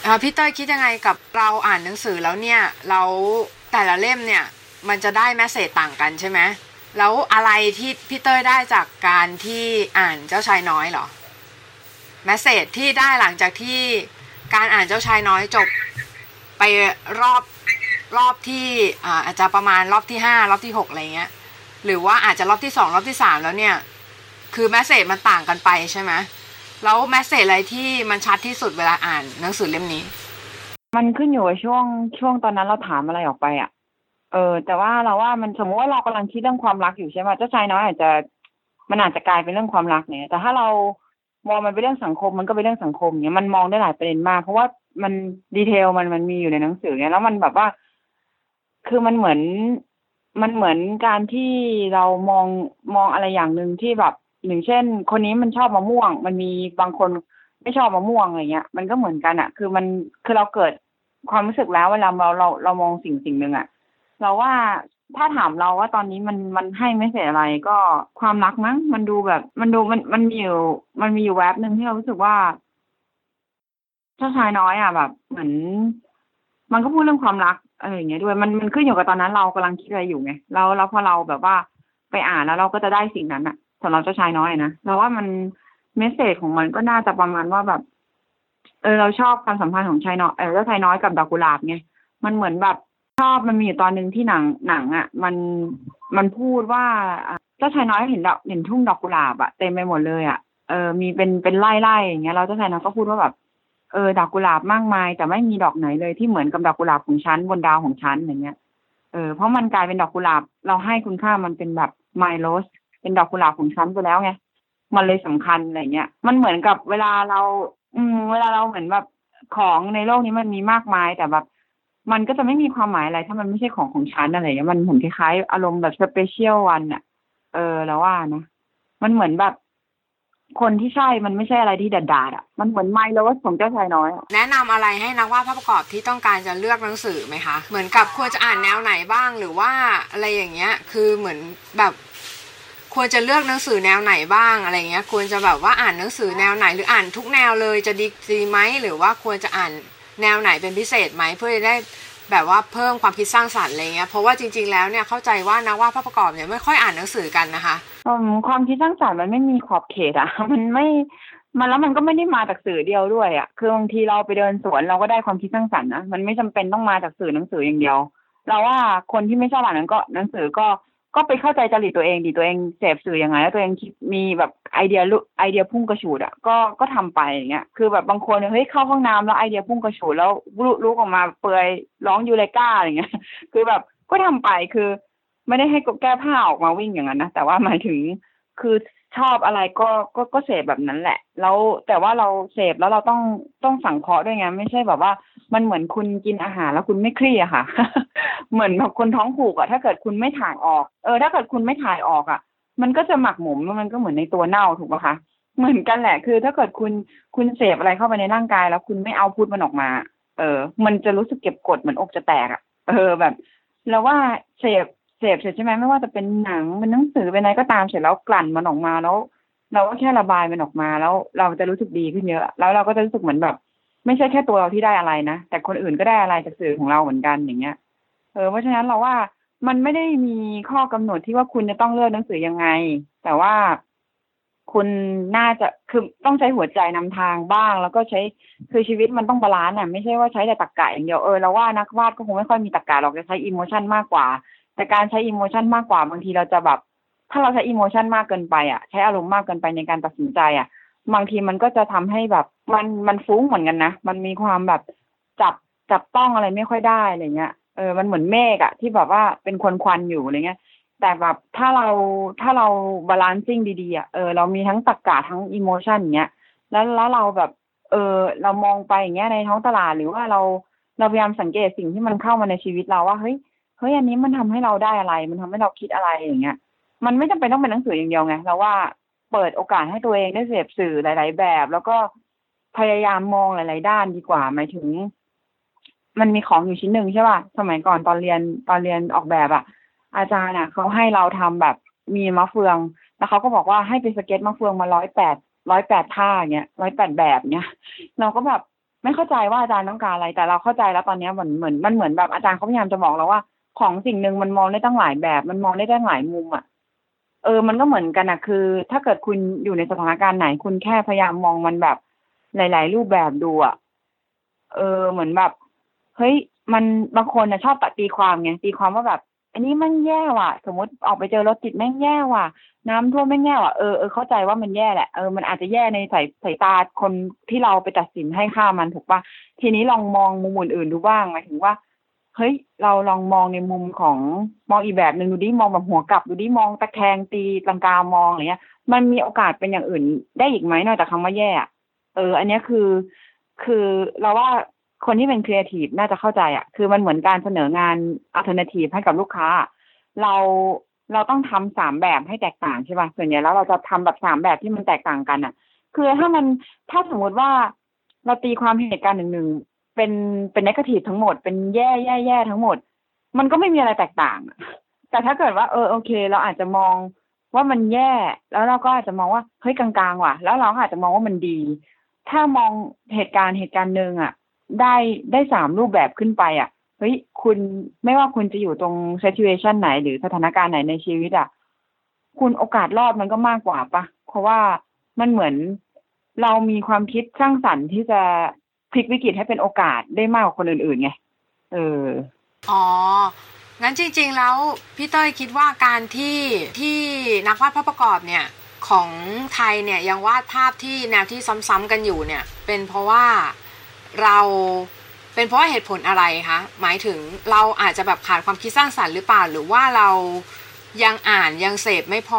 พี่เต้ยคิดยังไงกับเราอ่านหนังสือแล้วเนี่ยเราแต่ละเล่มเนี่ยมันจะได้แมสเสจต่างกันใช่ไหมแล้วอะไรที่พี่เต้ยได้จากการที่อ่านเจ้าชายน้อยเหรอแมสเสจที่ได้หลังจากที่การอ่านเจ้าชายน้อยจบไปรอบที่อาจจะประมาณรอบที่5รอบที่6อะไรเงี้ยหรือว่าอาจจะรอบที่2รอบที่3แล้วเนี่ยคือแมสเสจมันต่างกันไปใช่ไหมแล้วแมสเสจอะไรที่มันชัดที่สุดเวลาอ่านหนังสือเล่มนี้มันขึ้นอยู่กับช่วงตอนนั้นเราถามอะไรออกไปอ่ะแต่ว่าเราว่ามันสมมติว่าเรากำลังคิดเรื่องความรักอยู่ใช่ไหมเจ้าชายน้อยอาจจะกลายเป็นเรื่องความรักเนี่ยแต่ถ้าเรามองมันเป็นเรื่องสังคมมันก็เป็นเรื่องสังคมเนี่ยมันมองได้หลายประเด็นมากเพราะว่ามันดีเทลมันมีอยู่ในหนังสือเนี่ยแล้วมันแบบว่าคือมันเหมือนการที่เรามองอะไรอย่างหนึ่งที่แบบอย่างเช่นคนนี้มันชอบมะม่วงมันมีบางคนไม่ชอบมะม่วงอะไรเงี้ยมันก็เหมือนกันอ่ะคือเราเกิดความรู้สึกแล้วเวลาเรามองสิ่งหนึ่งอ่ะเราว่าถ้าถามเราว่าตอนนี้มันให้ไม่เสียอะไรก็ความรักมั้งมันดูแบบมันมีอยู่แวบหนึ่งที่เรารู้สึกว่าเจ้าชายน้อยอ่ะแบบเหมือนมันก็พูดเรื่องความรักอะไรอย่างเงี้ยด้วยมันขึ้นอยู่กับตอนนั้นเรากำลังคิดอะไรอยู่ไงแล้วพอเราแบบว่าไปอ่านแล้วเราก็จะได้สิ่งนั้นอ่ะสำหรับเจ้าชายน้อยนะเราว่ามันเมสเสจของมันก็น่าจะประมาณว่าแบบเราชอบความสัมพันธ์ของชายน้อยเจ้าชายน้อยกับดอกกุหลาบไงมันเหมือนแบบชอบมันมีอยู่ตอนนึงที่หนังอ่ะมันพูดว่าเจ้าชายน้อยเห็นทุ่งดอกกุหลาบอ่ะเต็มไปหมดเลยอ่ะมีเป็นไร่ๆอย่างเงี้ยแล้วเจ้าชายน้อยก็พูดว่าแบบดอกกุหลาบมากมายแต่ไม่มีดอกไหนเลยที่เหมือนกับดอกกุหลาบของฉันบนดาวของฉันอย่างเงี้ยเพราะมันกลายเป็นดอกกุหลาบเราให้คุณค่ามันเป็นแบบ my rose เป็นดอกกุหลาบของฉันไปแล้วไงมันเลยสำคัญอะไรเงี้ยมันเหมือนกับเวลาเราเหมือนแบบของในโลกนี้มันมีมากมายแต่แบบมันก็จะไม่มีความหมายอะไรถ้ามันไม่ใช่ของฉันอะไรเงี้ยมันเหมือนคล้ายๆอารมณ์แบบสเปเชียลวันอ่ะแล้วว่านะมันเหมือนแบบคนที่ใช่มันไม่ใช่อะไรที่ด่าๆอ่ะมันเหมือนไมโลสของเจ้าชายน้อยแนะนำอะไรให้นักวาดภาพประกอบที่ต้องการจะเลือกหนังสือไหมคะเหมือนกับควรจะอ่านแนวไหนบ้างหรือว่าอะไรอย่างเงี้ยคือเหมือนแบบควรจะเลือกหนังสือแนวไหนบ้างอะไรเงี้ยควรจะแบบว่าอ่านหนังสือแนวไหนหรืออ่านทุกแนวเลยจะดีไหมหรือว่าควรจะอ่านแนวไหนเป็นพิเศษไหมเพื่อจะได้แบบว่าเพิ่มความคิดสร้างสรรค์อะไรเงี้ยเพราะว่าจริงๆแล้วเนี่ยเข้าใจว่านักวาดภาพประกอบเนี่ยไม่ค่อยอ่านหนังสือกันนะคะความคิดสร้างสรรค์มันไม่มีขอบเขตอ่ะแล้วมันก็ไม่ได้มาจากสื่อเดียวด้วยอ่ะคือบางทีเราไปเดินสวนเราก็ได้ความคิดสร้างสรรค์นะมันไม่จำเป็นต้องมาจากหนังสืออย่างเดียวเราว่าคนที่ไม่ชอบอ่านหนังสือก็ไปเข้าใจจริตตัวเองดิตัวเองเสพสื่อยังไงแล้วตัวเองคิดมีแบบไอเดียพุ่งกระฉูดอ่ะก็ทำไปอย่างเงี้ยคือแบบบางคนเฮ้ยเข้าห้องน้ำแล้วไอเดียพุ่งกระฉูดแล้วลุกออกมาเปลือยร้องยูเลก้าอะไรเงี้ยคือแบบก็ทำไปคือไม่ได้ให้แก้ผ้าออกมาวิ่งอย่างนั้นนะแต่ว่าหมายถึงคือชอบอะไรก็เสพแบบนั้นแหละแล้วแต่ว่าเราเสพแล้วเราต้องสังเคราะห์ด้วยไงไม่ใช่แบบว่ามันเหมือนคุณกินอาหารแล้วคุณไม่เครียดค่ะ เหมือนแบบคนท้องผูกอ่ะถ้าเกิดคุณไม่ถ่ายออกถ้าเกิดคุณไม่ถ่ายออกอ่ะมันก็จะหมักหมมมันก็เหมือนในตัวเน่าถูกป่ะคะเหมือนกันแหละคือถ้าเกิดคุณเสพอะไรเข้าไปในร่างกายแล้วคุณไม่เอาพุทมันออกมามันจะรู้สึกเก็บกดเหมือนอกจะแตกอ่ะแบบแล้วว่าเสพเสร็จใช่ไหมไม่ว่าจะเป็นหนังเป็นหนังสือเป็นอะไรก็ตามเสร็จแล้วกลั่นมันออกมาแล้วเราก็แค่ระบายมันออกมาแล้วเราจะรู้สึกดีขึ้นเยอะแล้วเราก็จะรู้สึกเหมือนแบบไม่ใช่แค่ตัวเราที่ได้อะไรนะแต่คนอื่นก็ได้อะไรจากสื่อของเราเหมือนกันอย่างเงี้ยเพราะฉะนั้นเราว่ามันไม่ได้มีข้อกำหนดที่ว่าคุณจะต้องเลือกหนังสือยังไงแต่ว่าคุณน่าจะคือต้องใช้หัวใจนำทางบ้างแล้วก็ใช้คือชีวิตมันต้องบาลานซ์ไม่ใช่ว่าใช้แต่ตรรกะอย่างเดียวเราว่านักวาดก็คงไม่ค่อยมีตรรกะหรอกจะใช้อิโมชันมากกว่าแต่การใช้อิโมชันมากกว่าบางทีเราจะแบบถ้าเราใช้อิโมชันมากเกินไปใช้อารมณ์มากเกินไปในการตัดสินใจบางทีมันก็จะทำให้แบบมันฟุ้งเหมือนกันนะมันมีความแบบจับต้องอะไรไม่ค่อยได้อะไรเงี้ยมันเหมือนเมฆที่แบบว่าเป็นควันอยู่อะไรเงี้ยแต่แบบถ้าเราบาลานซิ่งดีๆเรามีทั้งตรรกะทั้งอิโมชันอย่างเงี้ยแล้วเราแบบเรามองไปอย่างเงี้ยในท้องตลาดหรือว่าเราพยายามสังเกตสิ่งที่มันเข้ามาในชีวิตเราว่าเฮ้ยอันนี้มันทำให้เราได้อะไรมันทำให้เราคิดอะไรอย่างเงี้ยมันไม่จำเป็นต้องเป็นหนังสืออย่างเดียวไงเราว่าเปิดโอกาสให้ตัวเองได้เสพสื่อหลายๆแบบแล้วก็พยายามมองหลายๆด้านดีกว่าหมายถึงมันมีของอยู่ชิ้นหนึ่งใช่ป่ะสมัยก่อนตอนเรียนออกแบบอาจารย์เขาให้เราทำแบบมีมะเฟืองแล้วเขาก็บอกว่าให้ไปสเก็ตมะเฟืองมา108ท่าอย่างเงี้ย108แบบเนี้ยเราก็แบบไม่เข้าใจว่าอาจารย์ต้องการอะไรแต่เราเข้าใจแล้วตอนนี้มันเหมือนแบบอาจารย์เขาพยายามจะบอกเราว่าของสิ่งหนึ่งมันมองได้ตั้งหลายแบบมันมองได้ตั้งหลายมุมอ่ะมันก็เหมือนกันอ่ะคือถ้าเกิดคุณอยู่ในสถานการณ์ไหนคุณแค่พยายามมองมันแบบหลายๆรูปแบบดูอ่ะเหมือนแบบเฮ้ยมันบางคนนะชอบตีความไงตีความว่าแบบอันนี้มันแย่ว่ะสมมติออกไปเจอรถติดแม่งแย่ว่ะน้ำท่วมแม่งแย่ว่ะเข้าใจว่ามันแย่แหละมันอาจจะแย่ในสายตาคนที่เราไปตัดสินให้ค่ามันถูกปะทีนี้ลองมองมุมอื่นๆดูบ้างหมายถึงว่าเฮ้ยเราลองมองในมุมของมองอีกแบบหนึ่งดูดิมองแบบหัวกลับดูดิมองตะแคงตีลังกามองอะไรเงี้ยมันมีโอกาสเป็นอย่างอื่นได้อีกไหมนอกจากคำว่าแย่อันนี้คือเราว่าคนที่เป็นครีเอทีฟน่าจะเข้าใจคือมันเหมือนการเสนองานอัลเทอร์เนทีฟให้กับลูกค้าเราต้องทำ3แบบให้แตกต่างใช่ป่ะส่วนใหญ่แล้วเราจะทำแบบ3แบบที่มันแตกต่างกันคือถ้าสมมติว่าเราตีความเหตุการณ์หนึ่งเป็นเนกาทีฟทั้งหมดเป็นแย่ทั้งหมดมันก็ไม่มีอะไรแตกต่างแต่ถ้าเกิดว่าโอเคเราอาจจะมองว่ามันแย่แล้วเราก็อาจจะมองว่าเฮ้ยกลางๆว่ะแล้วเราอาจจะมองว่ามันดีถ้ามองเหตุการณ์หนึ่งได้3รูปแบบขึ้นไปเฮ้ยคุณไม่ว่าคุณจะอยู่ตรง situation ไหนหรือสถานการณ์ไหนในชีวิตคุณโอกาสรอดมันก็มากกว่าปะเพราะว่ามันเหมือนเรามีความคิดสร้างสรรค์ที่จะพลิกวิกฤตให้เป็นโอกาสได้มากกว่าคนอื่นๆไงอ๋องั้นจริงๆแล้วพี่เต้ยคิดว่าการที่นักวาดภาพประกอบเนี่ยของไทยเนี่ยยังวาดภาพที่แนวที่ซ้ำๆกันอยู่เนี่ยเป็นเพราะว่าเหตุผลอะไรคะหมายถึงเราอาจจะแบบขาดความคิดสร้างสรรค์หรือเปล่าหรือว่าเรายังอ่านยังเสพไม่พอ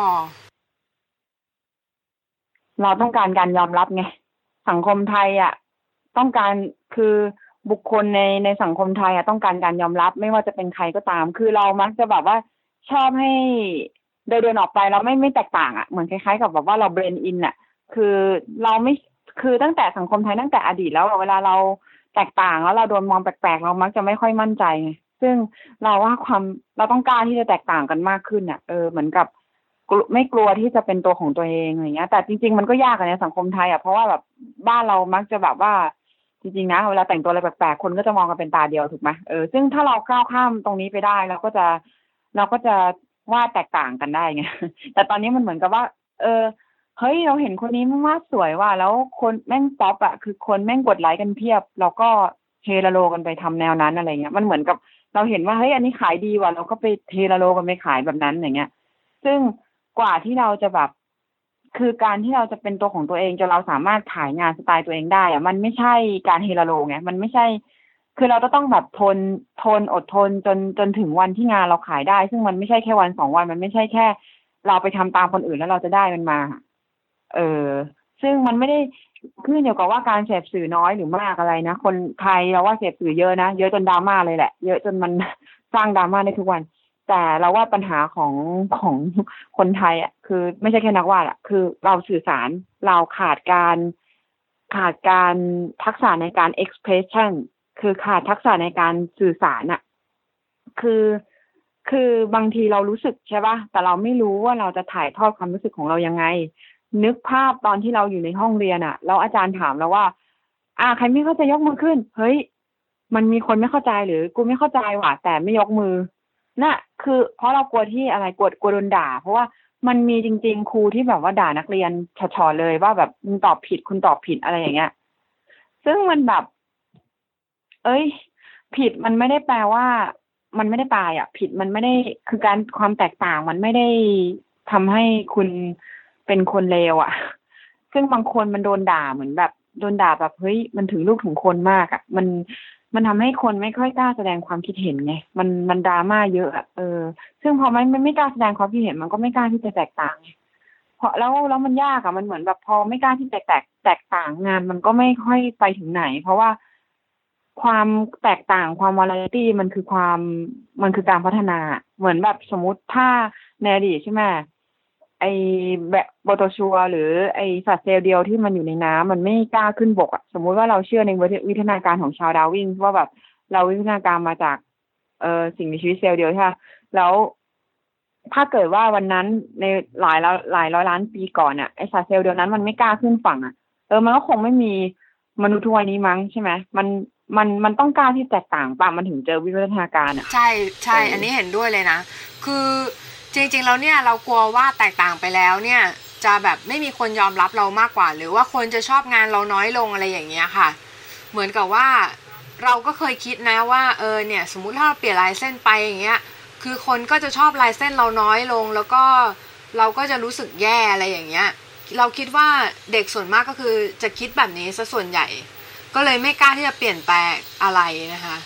เราต้องการยอมรับไงสังคมไทยต้องการคือบุคคลในสังคมไทยต้องการยอมรับไม่ว่าจะเป็นใครก็ตามคือเรามักจะแบบว่าชอบให้เดินออกไปเราไม่แตกต่างเหมือนคล้ายๆกับแบบว่าเราเบรนอินคือเราไม่คือตั้งแต่สังคมไทยตั้งแต่อดีตแล้วเวลาเราแตกต่างแล้วเราโดนมองแปลกๆเรามักจะไม่ค่อยมั่นใจไงซึ่งเราว่าเราต้องการที่จะแตกต่างกันมากขึ้นเหมือนกับไม่กลัวที่จะเป็นตัวของตัวเองอะไรเงี้ยแต่จริงๆมันก็ยากในสังคมไทยเพราะว่าแบบบ้านเรามักจะแบบว่าจริงๆนะเวลาแต่งตัวอะไรแปลกๆคนก็จะมองกันเป็นตาเดียวถูกไหมซึ่งถ้าเราก้าวข้ามตรงนี้ไปได้เราก็จะวาดแตกต่างกันได้ไงแต่ตอนนี้มันเหมือนกับว่าเฮ้ยเราเห็นคนนี้มันวาดสวยว่ะแล้วคนแม่งป๊อปคือคนแม่งกดไลค์กันเพียบเราก็เทละโลกันไปทำแนวนั้นอะไรเงี้ยมันเหมือนกับเราเห็นว่าเฮ้ยอันนี้ขายดีว่ะเราก็ไปเทละโลกันไปขายแบบนั้นอย่างเงี้ยซึ่งกว่าที่เราจะแบบคือการที่เราจะเป็นตัวของตัวเองจนเราสามารถขายงานสไตล์ตัวเองได้มันไม่ใช่การเทละโลไงมันไม่ใช่คือเราต้องแบบทนอดทนจนถึงวันที่งานเราขายได้ซึ่งมันไม่ใช่แค่วัน2 วันมันไม่ใช่แค่เราไปทำตามคนอื่นแล้วเราจะได้มันมาซึ่งมันไม่ได้ขึ้นอยู่กับว่าการเสพสื่อน้อยหรือมากอะไรนะคนไทยเราว่าเสพสื่อเยอะนะเยอะจนดราม่าเลยแหละเยอะจนมันสร้างดราม่าได้ทุกวันแต่เราว่าปัญหาของคนไทยคือไม่ใช่แค่นักวาดคือเราสื่อสารเราขาดการทักษะในการ expression คือขาดทักษะในการสื่อสารคือบางทีเรารู้สึกใช่ป่ะแต่เราไม่รู้ว่าเราจะถ่ายทอดความรู้สึกของเรายังไงนึกภาพตอนที่เราอยู่ในห้องเรียนแล้วอาจารย์ถามเราว่าใครไม่เข้าใจยกมือขึ้นเฮ้ยมันมีคนไม่เข้าใจหรือกูไม่เข้าใจว่ะแต่ไม่ยกมือคือเพราะเรากลัวที่อะไรกลัวโดนด่าเพราะว่ามันมีจริงๆครูที่แบบว่าด่านักเรียนฉอๆเลยว่าแบบคุณตอบผิดอะไรอย่างเงี้ยซึ่งมันแบบผิดมันไม่ได้แปลว่ามันไม่ได้ตายผิดมันไม่ได้คือการความแตกต่างมันไม่ได้ทำให้คุณเป็นคนเลวซึ่งบางคนมันโดนด่าเหมือนแบบโดนด่าแบบเฮ้ยมันถึงลูกถึงคนมากมันทำให้คนไม่ค่อยกล้าแสดงความคิดเห็นไงมันดราม่าเยอะซึ่งพอมันไม่กล้าแสดงความคิดเห็นมันก็ไม่กล้าที่จะแตกต่างเพราะแล้วมันยากมันเหมือนแบบพอไม่กล้าที่จะแตกต่างงานมันก็ไม่ค่อยไปถึงไหนเพราะว่าความแตกต่างความวาไรตี้มันคือการพัฒนาเหมือนแบบสมมุติถ้าในอดีตใช่ไหมไอ้แบบโบโตชัวหรือไอ้สัตว์เซลล์เดียวที่มันอยู่ในน้ำมันไม่กล้าขึ้นบกสมมุติว่าเราเชื่อในวิทยาการของชาวดาร์วินว่าแบบเราวิทยาการมาจากสิ่งมีชีวิตเซลล์เดียวใช่ไหมแล้วถ้าเกิดว่าวันนั้นในหลายร้อยล้านปีก่อนไอ้สัตว์เซลล์เดียวนั้นมันไม่กล้าขึ้นฝั่งมันก็คงไม่มีมนุษย์ทุกวันนี้มั้งใช่ไหมมันต้องกล้าที่แตกต่างป่ะมันถึงเจอวิวัฒนาการอ่ะใช่ใช่อันนี้เห็นด้วยเลยนะคือจริงๆแล้วเนี่ยเรากลัวว่าแตกต่างไปแล้วเนี่ยจะแบบไม่มีคนยอมรับเรามากกว่าหรือว่าคนจะชอบงานเราน้อยลงอะไรอย่างเงี้ยค่ะเหมือนกับว่าเราก็เคยคิดนะว่าเนี่ยสมมุติถ้าเราเปลี่ยนลายเส้นไปอย่างเงี้ยคือคนก็จะชอบลายเส้นเราน้อยลงแล้วก็เราก็จะรู้สึกแย่อะไรอย่างเงี้ยเราคิดว่าเด็กส่วนมากก็คือจะคิดแบบนี้ซะส่วนใหญ่ก็เลยไม่กล้าที่จะเปลี่ยนแปลงอะไรนะคะ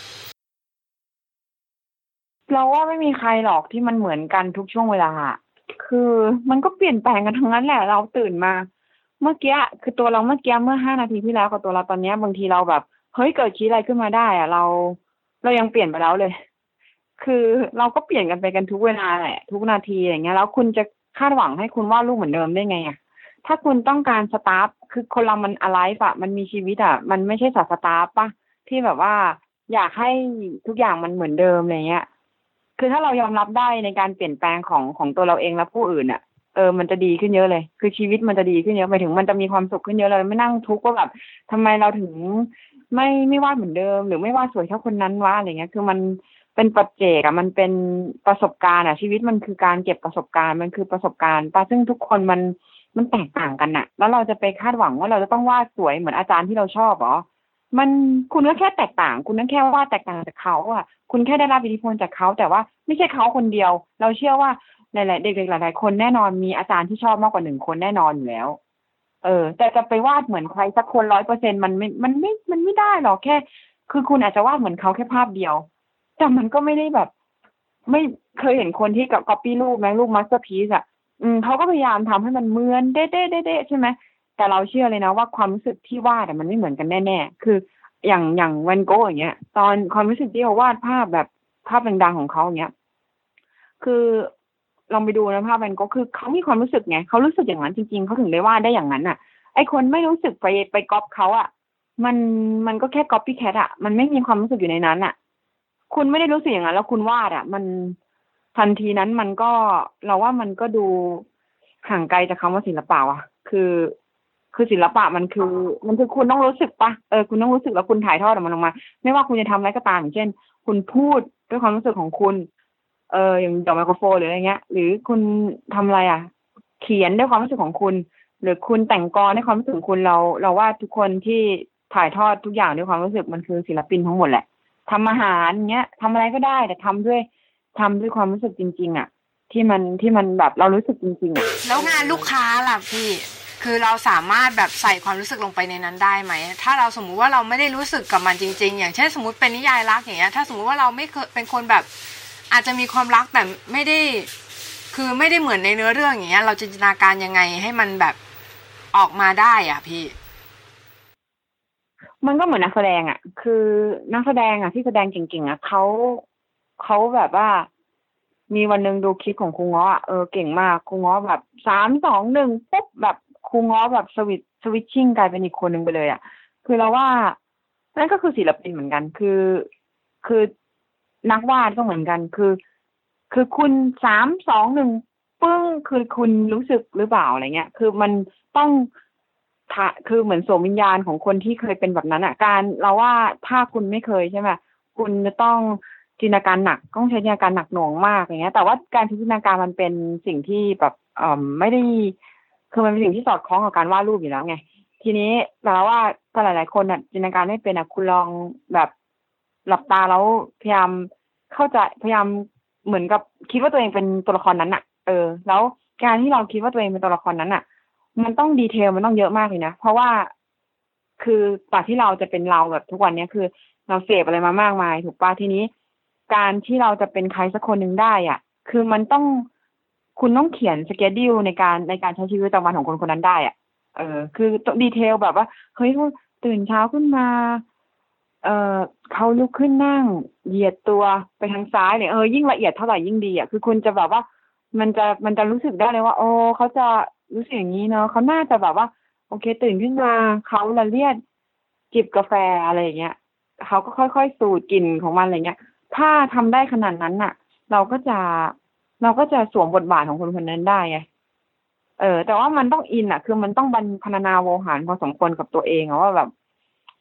เราว่าไม่มีใครหรอกที่มันเหมือนกันทุกช่วงเวลาคือมันก็เปลี่ยนแปลงกันทั้งนั้นแหละเราตื่นมาเมื่อกี้คือตัวเราเมื่อกี้เมื่อ5 นาทีที่แล้วกับตัวเราตอนนี้บางทีเราแบบเฮ้ยเกิดคิดอะไรขึ้นมาได้อะเรายังเปลี่ยนไปแล้วเลยคือเราก็เปลี่ยนกันไปกันทุกเวลาแหละทุกนาทีอย่างเงี้ยแล้วคุณจะคาดหวังให้คุณวาดรูปเหมือนเดิมได้ไงอะถ้าคุณต้องการสตาร์ฟคือคนเรามันอะไรอะมันมีชีวิตอะมันไม่ใช่สัตว์สตาร์ฟป่ะที่แบบว่าอยากให้ทุกอย่างมันเหมือนเดิมอะไรเงี้ยคือถ้าเรายอมรับได้ในการเปลี่ยนแปลงของตัวเราเองและผู้อื่นอ่ะมันจะดีขึ้นเยอะเลยคือชีวิตมันจะดีขึ้นเยอะหมายถึงมันจะมีความสุขขึ้นเยอะเลยไม่นั่งทุกข์ว่าแบบทำไมเราถึงไม่วาดเหมือนเดิมหรือไม่วาดสวยเท่าคนนั้นวะอะไรเงี้ยคือมันเป็นปัจเจกอ่ะมันเป็นประสบการณ์อ่ะชีวิตมันคือการเก็บประสบการณ์มันคือประสบการณ์ป่ะซึ่งทุกคนมันแตกต่างกันน่ะแล้วเราจะไปคาดหวังว่าเราจะต้องวาดสวยเหมือนอาจารย์ที่เราชอบเหรอมันคุณก็แค่แตกต่างคุณก็แค่วาดแตกต่างจากเขาอ่ะคุณแค่ได้รับอิทธิพลจากเขาแต่ว่าไม่ใช่เขาคนเดียวเราเชื่อว่าหลายๆเด็กๆหลายๆคนแน่นอนมีอาจารย์ที่ชอบมากกว่า1 คนแน่นอนอยู่แล้วแต่จะไปวาดเหมือนใครสักคน100%มันไม่ได้หรอกแค่คือคุณอาจจะวาดเหมือนเขาแค่ภาพเดียวแต่มันก็ไม่ได้แบบไม่เคยเห็นคนที่กับ copy รูปไหมรูป masterpiece อ่ะเขาก็พยายามทำให้มันเหมือนเด๊ะๆๆๆใช่ไหมแต่เราเชื่อเลยนะว่าความรู้สึกที่วาดมันไม่เหมือนกันแน่ๆคืออย่างแวนโกะอย่างเงี้ยตอนความรู้สึกที่เขาวาดภาพแบบภาพดังๆของเขาอย่างเงี้ยคือลองไปดูนะภาพแวนโกะคือเขามีความรู้สึกไงเขารู้สึกอย่างนั้นจริงๆเขาถึงได้วาดได้อย่างนั้นอ่ะไอคนไม่รู้สึกไปก๊อปเขาอ่ะมันก็แค่ก๊อปปี้แคทอ่ะมันไม่มีความรู้สึกอยู่ในนั้นอ่ะคุณไม่ได้รู้สึกอย่างนั้นแล้วคุณวาดอ่ะมันทันทีนั้นมันก็เราว่ามันก็ดูห่างไกลจากคำว่าศิลปะว่ะคือศิลปะมันคือคุณต้องรู้สึกปะคุณต้องรู้สึกแล้วคุณถ่ายทอดออกมาไม่ว่าคุณจะทำอะไรก็ตามอย่างเช่นคุณพูดด้วยความรู้สึกของคุณอย่างดอกไมโครโฟนหรืออะไรเงี้ยหรือคุณทำอะไรอ่ะเขียนด้วยความรู้สึกของคุณหรือคุณแต่งกลด้วยความรู้สึกของคุณเราว่าทุกคนที่ถ่ายทอดทุกอย่างด้วยความรู้สึกมันคือศิลปินทั้งหมดแหละทำอาหารเงี้ยทำอะไรก็ได้แต่ทำด้วยความรู้สึกจริงๆอ่ะที่มันแบบเรารู้สึกจริงๆอ่ะแล้วงานลูกค้าล่ะพี่คือเราสามารถแบบใส่ความรู้สึกลงไปในนั้นได้ไหมถ้าเราสมมุติว่าเราไม่ได้รู้สึกกับมันจริงๆอย่างเช่นสมมติเป็นนิยายรักอย่างเงี้ยถ้าสมมุติว่าเราไม่เคยเป็นคนแบบอาจจะมีความรักแต่ไม่ได้คือไม่ได้เหมือนในเนื้อเรื่องอย่างเงี้ยเราจินตนาการยังไงให้มันแบบออกมาได้อ่ะพี่มันก็เหมือนนักแสดงอ่ะคือนักแสดงอ่ะที่แสดงเก่งๆอ่ะเขาแบบว่ามีวันหนึ่งดูคลิปของครูง้ออ่ะเก่งมากครูง้อแบบ3 2 1ปุ๊บแบบครูง้อแบบสวิตชิ่งกลายเป็นอีกคนหนึ่งไปเลยอ่ะคือเราว่านั่นก็คือศิลปินเหมือนกันคือนักวาดก็เหมือนกันคือคุณ3 2 1ปึ้งคือคุณรู้สึกหรือเปล่าอะไรเงี้ยคือมันต้องคือเหมือนสวมวิญญาณของคนที่เคยเป็นแบบนั้นอ่ะการเราว่าถ้าคุณไม่เคยใช่ไหมคุณจะต้องจินตนาการหนักต้องใช้จินตนาการหนักหน่วงมากอย่างเงี้ยแต่ว่าการจินตนาการมันเป็นสิ่งที่แบบไม่ได้คือมันเป็นสิ่งที่สอดคล้องกับการวาดรูปอยู่แล้วไงทีนี้แต่ว่าถ้าหลายๆคนอ่ะจินตนาการไม่เป็นอ่ะคุณลองแบบหลับตาแล้วพยายามเข้าใจพยายามเหมือนกับคิดว่าตัวเองเป็นตัวละครนั้นอ่ะแล้วการที่เราคิดว่าตัวเองเป็นตัวละครนั้นอ่ะมันต้องดีเทลมันต้องเยอะมากเลยนะเพราะว่าคือกว่าที่เราจะเป็นเราแบบทุกวันนี้คือเราเสพอะไรมามากมายถูกป่ะทีนี้การที่เราจะเป็นใครสักคนหนึ่งได้อ่ะคือมันต้องคุณต้องเขียนสเกดูลในการใช้ชีวิตประจำวันของคนคนนั้นได้อ่ะคือดีเทลแบบว่าเฮ้ยตื่นเช้าขึ้นมาเขาลุกขึ้นนั่งเหยียดตัวไปทางซ้ายเนี่ยยิ่งละเอียดเท่าไหร่ยิ่งดีอ่ะคือคุณจะแบบว่ามันจะรู้สึกได้เลยว่าโอ้เขาจะรู้สึกอย่างนี้เนาะเขาน่าจะแบบว่าโอเคตื่นขึ้นมาเขาละเลียดจิบกาแฟอะไรอย่างเงี้ยเขาก็ค่อยๆสูดกลิ่นของมันอะไรเงี้ยถ้าทำได้ขนาดนั้นน่ะเราก็จะสวมบทบาทของคนคนนั้นได้ไงแต่ว่ามันต้องอินอ่ะคือมันต้องพรรณนาโวหารพอสมควรกับตัวเองอะว่าแบบ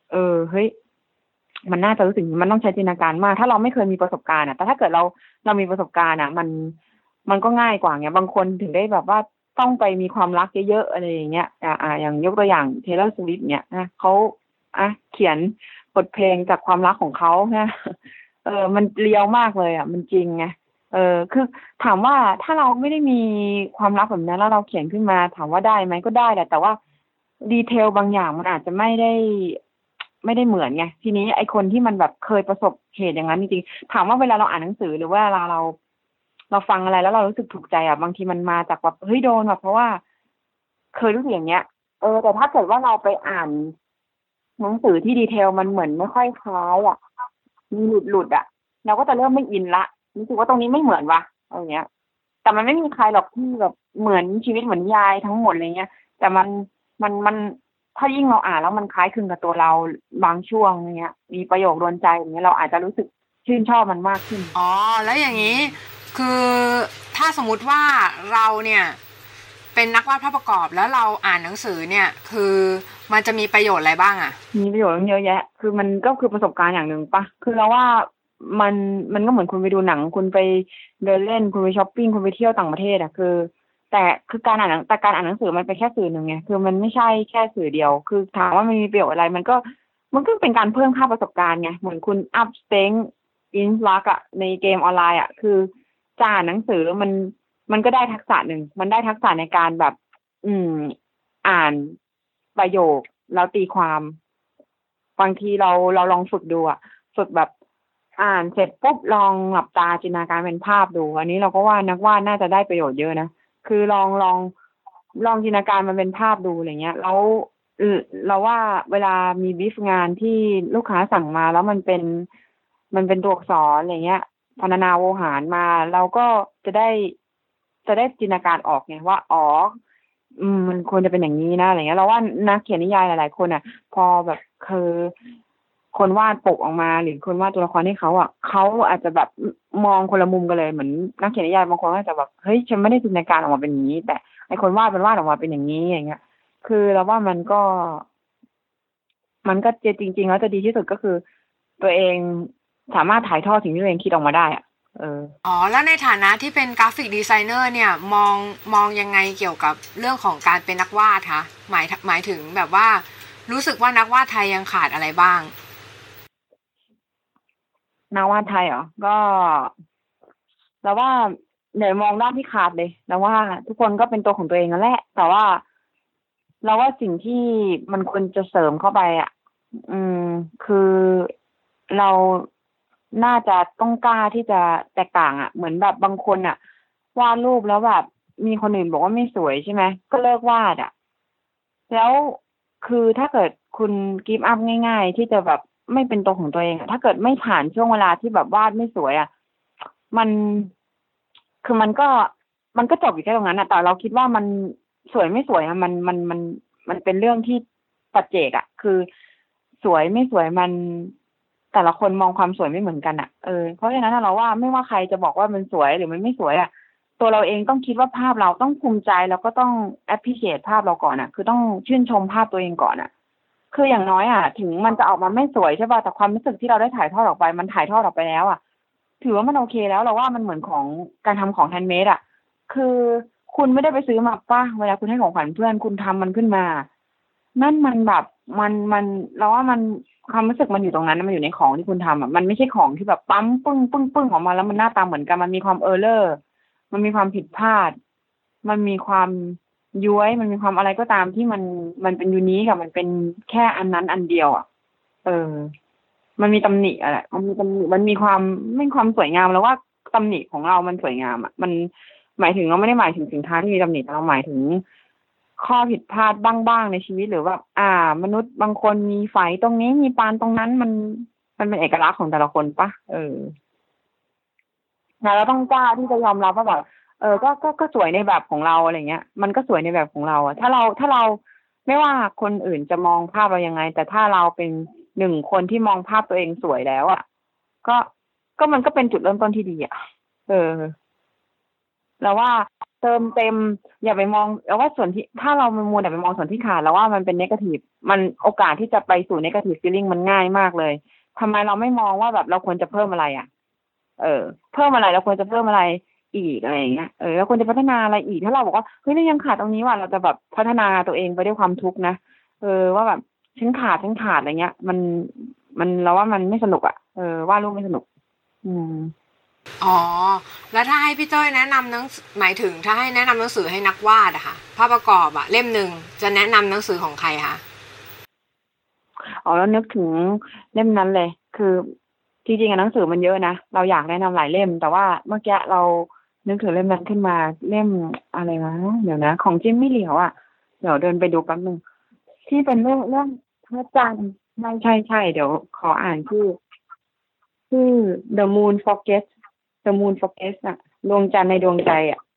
เฮ้ยมันน่าจะรู้สึกมันต้องใช้จินตนาการมากถ้าเราไม่เคยมีประสบการณ์แต่ถ้าเกิดเรามีประสบการณ์มันก็ง่ายกว่าไงบางคนถึงได้แบบว่าต้องไปมีความรักเยอะๆอะไรอย่างเงี้ยอย่างยกตัวอย่างเทย์เลอร์ สวิฟต์เนี่ยนะเขาเขียนบทเพลงจากความรักของเขานะมันเรียวมากเลยมันจริงไงคือถามว่าถ้าเราไม่ได้มีความรักแบบนั้นแล้วเราเขียนขึ้นมาถามว่าได้ไหมก็ได้แหละแต่ว่าดีเทลบางอย่างมันอาจจะไม่ได้เหมือนไงทีนี้ไอคนที่มันแบบเคยประสบเหตุอย่างนั้นจริงๆถามว่าเวลาเราอ่านหนังสือหรือว่าเราฟังอะไรแล้วเรารู้สึกถูกใจบางทีมันมาจากแบบเฮ้ยโดนแบบเพราะว่าเคยรู้สึกอย่างเงี้ยแต่ถ้าเกิดว่าเราไปอ่านหนังสือที่ดีเทลมันเหมือนไม่ค่อยคล้ายมีหลุดเราก็จะเริ่มไม่อินละรู้สึกว่าตรงนี้ไม่เหมือนวะอะไรเงี้ยแต่มันไม่มีใครหรอกที่แบบเหมือนชีวิตเหมือนยายทั้งหมดอะไรเงี้ยแต่มันถ้ายิ่งเราอ่านแล้วมันคล้ายคลึงกับตัวเราบางช่วงเงี้ยมีประโยคโดนใจอย่างเงี้ยเราอาจจะรู้สึกชื่นชอบมันมากขึ้นแล้วอย่างนี้คือถ้าสมมุติว่าเราเนี่ยเป็นนักวาดภาพประกอบแล้วเราอ่านหนังสือเนี่ยคือมันจะมีประโยชน์อะไรบ้างมีประโยชน์เยอะแยะคือมันก็คือประสบการณ์อย่างหนึ่งปะคือเราว่ามันก็เหมือนคุณไปดูหนังคุณไปเดินเล่นคุณไปช้อปปิ้งคุณไปเที่ยวต่างประเทศคือการอ่านหนังสือมันเป็นแค่สื่อหนึ่งไงคือมันไม่ใช่แค่สื่อเดียวคือถามว่ามันมีประโยชน์อะไรมันก็เป็นการเพิ่มค่าประสบการณ์ไงเหมือนคุณอัพสเต็งอินลักในเกมออนไลน์คือจะอ่านหนังสือมันก็ได้ทักษะหนึ่งมันได้ทักษะในการแบบอ่านประโยคแล้วตีความบางทีเราลองฝึกดูฝึกแบบอ่านเสร็จปุ๊บลองหลับตาจินตนาการเป็นภาพดูอันนี้เราก็ว่านักวาดน่าจะได้ประโยชน์เยอะนะคือลองจินตนาการมันเป็นภาพดูอะไรเงี้ยแล้วเราว่าเวลามีบีฟงานที่ลูกค้าสั่งมาแล้วมันเป็นตัวอักษรอะไรเงี้ยพรรณนาโวหารมาเราก็จะได้จินตนาการออกไงว่ามันควรจะเป็นอย่างนี้นะอะไรเงี้ยเราว่านักเขียนนิยายหลายๆคนพอแบบคือคนวาดปกออกมาหรือคนวาดตัวละครให้เขาเขาอาจจะแบบมองคนละมุมกันเลยเหมือนนักเขียนนิยายบางคนก็จะแบบเฮ้ยฉันไม่ได้จินตนาการออกมาเป็นอย่างนี้แต่ไอคนวาดมันวาดออกมาเป็นอย่างนี้อย่างเงี้ยคือเราว่ามันก็จะจริงๆแล้วจะดีที่สุดก็คือตัวเองสามารถถ่ายทอดสิ่งที่ตัวเองคิดออกมาได้แล้วในฐานะที่เป็นกราฟิกดีไซเนอร์เนี่ยมองยังไงเกี่ยวกับเรื่องของการเป็นนักวาดคะหมายถึงแบบว่ารู้สึกว่านักวาดไทยยังขาดอะไรบ้างนักวาดไทยเหรอก็เราว่าเดี๋ยวมองด้านที่ขาดเลยแล้วว่าทุกคนก็เป็นตัวของตัวเองนั่นแหละแต่ว่าเราว่าสิ่งที่มันควรจะเสริมเข้าไปคือเราน่าจะต้องกล้าที่จะแตกต่างเหมือนแบบบางคนวาดรูปแล้วแบบมีคนอื่นบอกว่าไม่สวยใช่ไหมก็เลิกวาดแล้วคือถ้าเกิดคุณกิฟต์อัพง่ายๆที่จะแบบไม่เป็นตัวของตัวเองถ้าเกิดไม่ผ่านช่วงเวลาที่แบบวาดไม่สวยมันคือมันก็จบอยู่แค่ตรงนั้นแต่เราคิดว่ามันสวยไม่สวยมันเป็นเรื่องที่ปัจเจกคือสวยไม่สวยมันแต่ละคนมองความสวยไม่เหมือนกันเพราะฉะนั้นเราว่าไม่ว่าใครจะบอกว่ามันสวยหรือมันไม่สวยตัวเราเองต้องคิดว่าภาพเราต้องภูมิใจแล้วก็ต้อง appreciate ภาพเราก่อนคือต้องชื่นชมภาพตัวเองก่อนคืออย่างน้อยถึงมันจะออกมาไม่สวยใช่ป่ะแต่ความรู้สึกที่เราได้ถ่ายทอดออกไปมันถ่ายทอดออกไปแล้วถือว่ามันโอเคแล้วเราว่ามันเหมือนของการทำของแฮนด์เมดคือคุณไม่ได้ไปซื้อมาป่ะเวลาคุณให้ของขวัญเพื่อนคุณทำมันขึ้นมานั่นมันแบบมันเราว่ามันความรู้สึกมันอยู่ตรงนั้นมันอยู่ในของที่คุณทำมันไม่ใช่ของที่แบบปั๊มปึ้งปึ้งปึ้งออกมาแล้วมันหน้าตาเหมือนกันมันมีความเออร์เลอร์มันมีความผิดพลาดมันมีความย้วยมันมีความอะไรก็ตามที่มันเป็นยูนิคมันเป็นแค่อันนั้นอันเดียวมันมีตำหนิมันมีตำหนิมันมีความไม่ความสวยงามแล้วว่าตำหนิของเรามันสวยงามมันหมายถึงเราไม่ได้หมายถึงสินค้าที่มีตำหนิแต่เราหมายถึงข้อผิดพลาดบ้างในชีวิตหรือว่ามนุษย์บางคนมีไฝตรงนี้มีปานตรงนั้นมันเป็นเอกลักษณ์ของแต่ละคนปะเราต้องกล้าที่จะยอมรับว่าแบบก็สวยในแบบของเราอะไรเงี้ยมันก็สวยในแบบของเราถ้าเราไม่ว่าคนอื่นจะมองภาพเรายังไงแต่ถ้าเราเป็นหนึ่งคนที่มองภาพตัวเองสวยแล้วก็มันก็เป็นจุดเริ่มต้นที่ดีเราว่าเติมเต็มอย่าไปมองแล้วว่าส่วนที่ถ้าเรามัวแต่ไปมองส่วนที่ขาดแล้วว่ามันเป็นเนกาทีฟมันโอกาสที่จะไปสู่เนกาทีฟฟีลลิ่งมันง่ายมากเลยทำไมเราไม่มองว่าแบบเราควรจะเพิ่มอะไรเพิ่มอะไรเราควรจะเพิ่มอะไรอีกอะไรอย่างเงี้ยเราควรจะพัฒนาอะไรอีกถ้าเราบอกว่าเฮ้ยเรายังขาดตรงนี้ว่ะเราจะแบบพัฒนาตัวเองไปด้วยความทุกข์นะว่าแบบฉันขาดอะไรเงี้ยมันเราว่ามันไม่สนุกวาดรูปไม่สนุกอ๋อแล้วถ้าให้พี่เต้ยแนะนำหนังหมายถึงถ้าให้แนะนำหนังสือให้นักวาดอะค่ะภาพประกอบอะเล่มหนึ่งจะแนะนำหนังสือของใครคะแล้วนึกถึงเล่มนั้นเลยคือจริงๆหนังสือมันเยอะนะเราอยากแนะนำหลายเล่มแต่ว่าเมื่อกี้เรานึกถึงเล่มนั้นขึ้นมาเล่มอะไรวะเดี๋ยวนะของจิมมี่เหลียวเดี๋ยวเดินไปดูแป๊บนึงที่เป็นเรื่องพระจันทร์ไม่ใช่เดี๋ยวขออ่านชื่อ The Moon Forget อะดวงจันทร์ในดวงใจ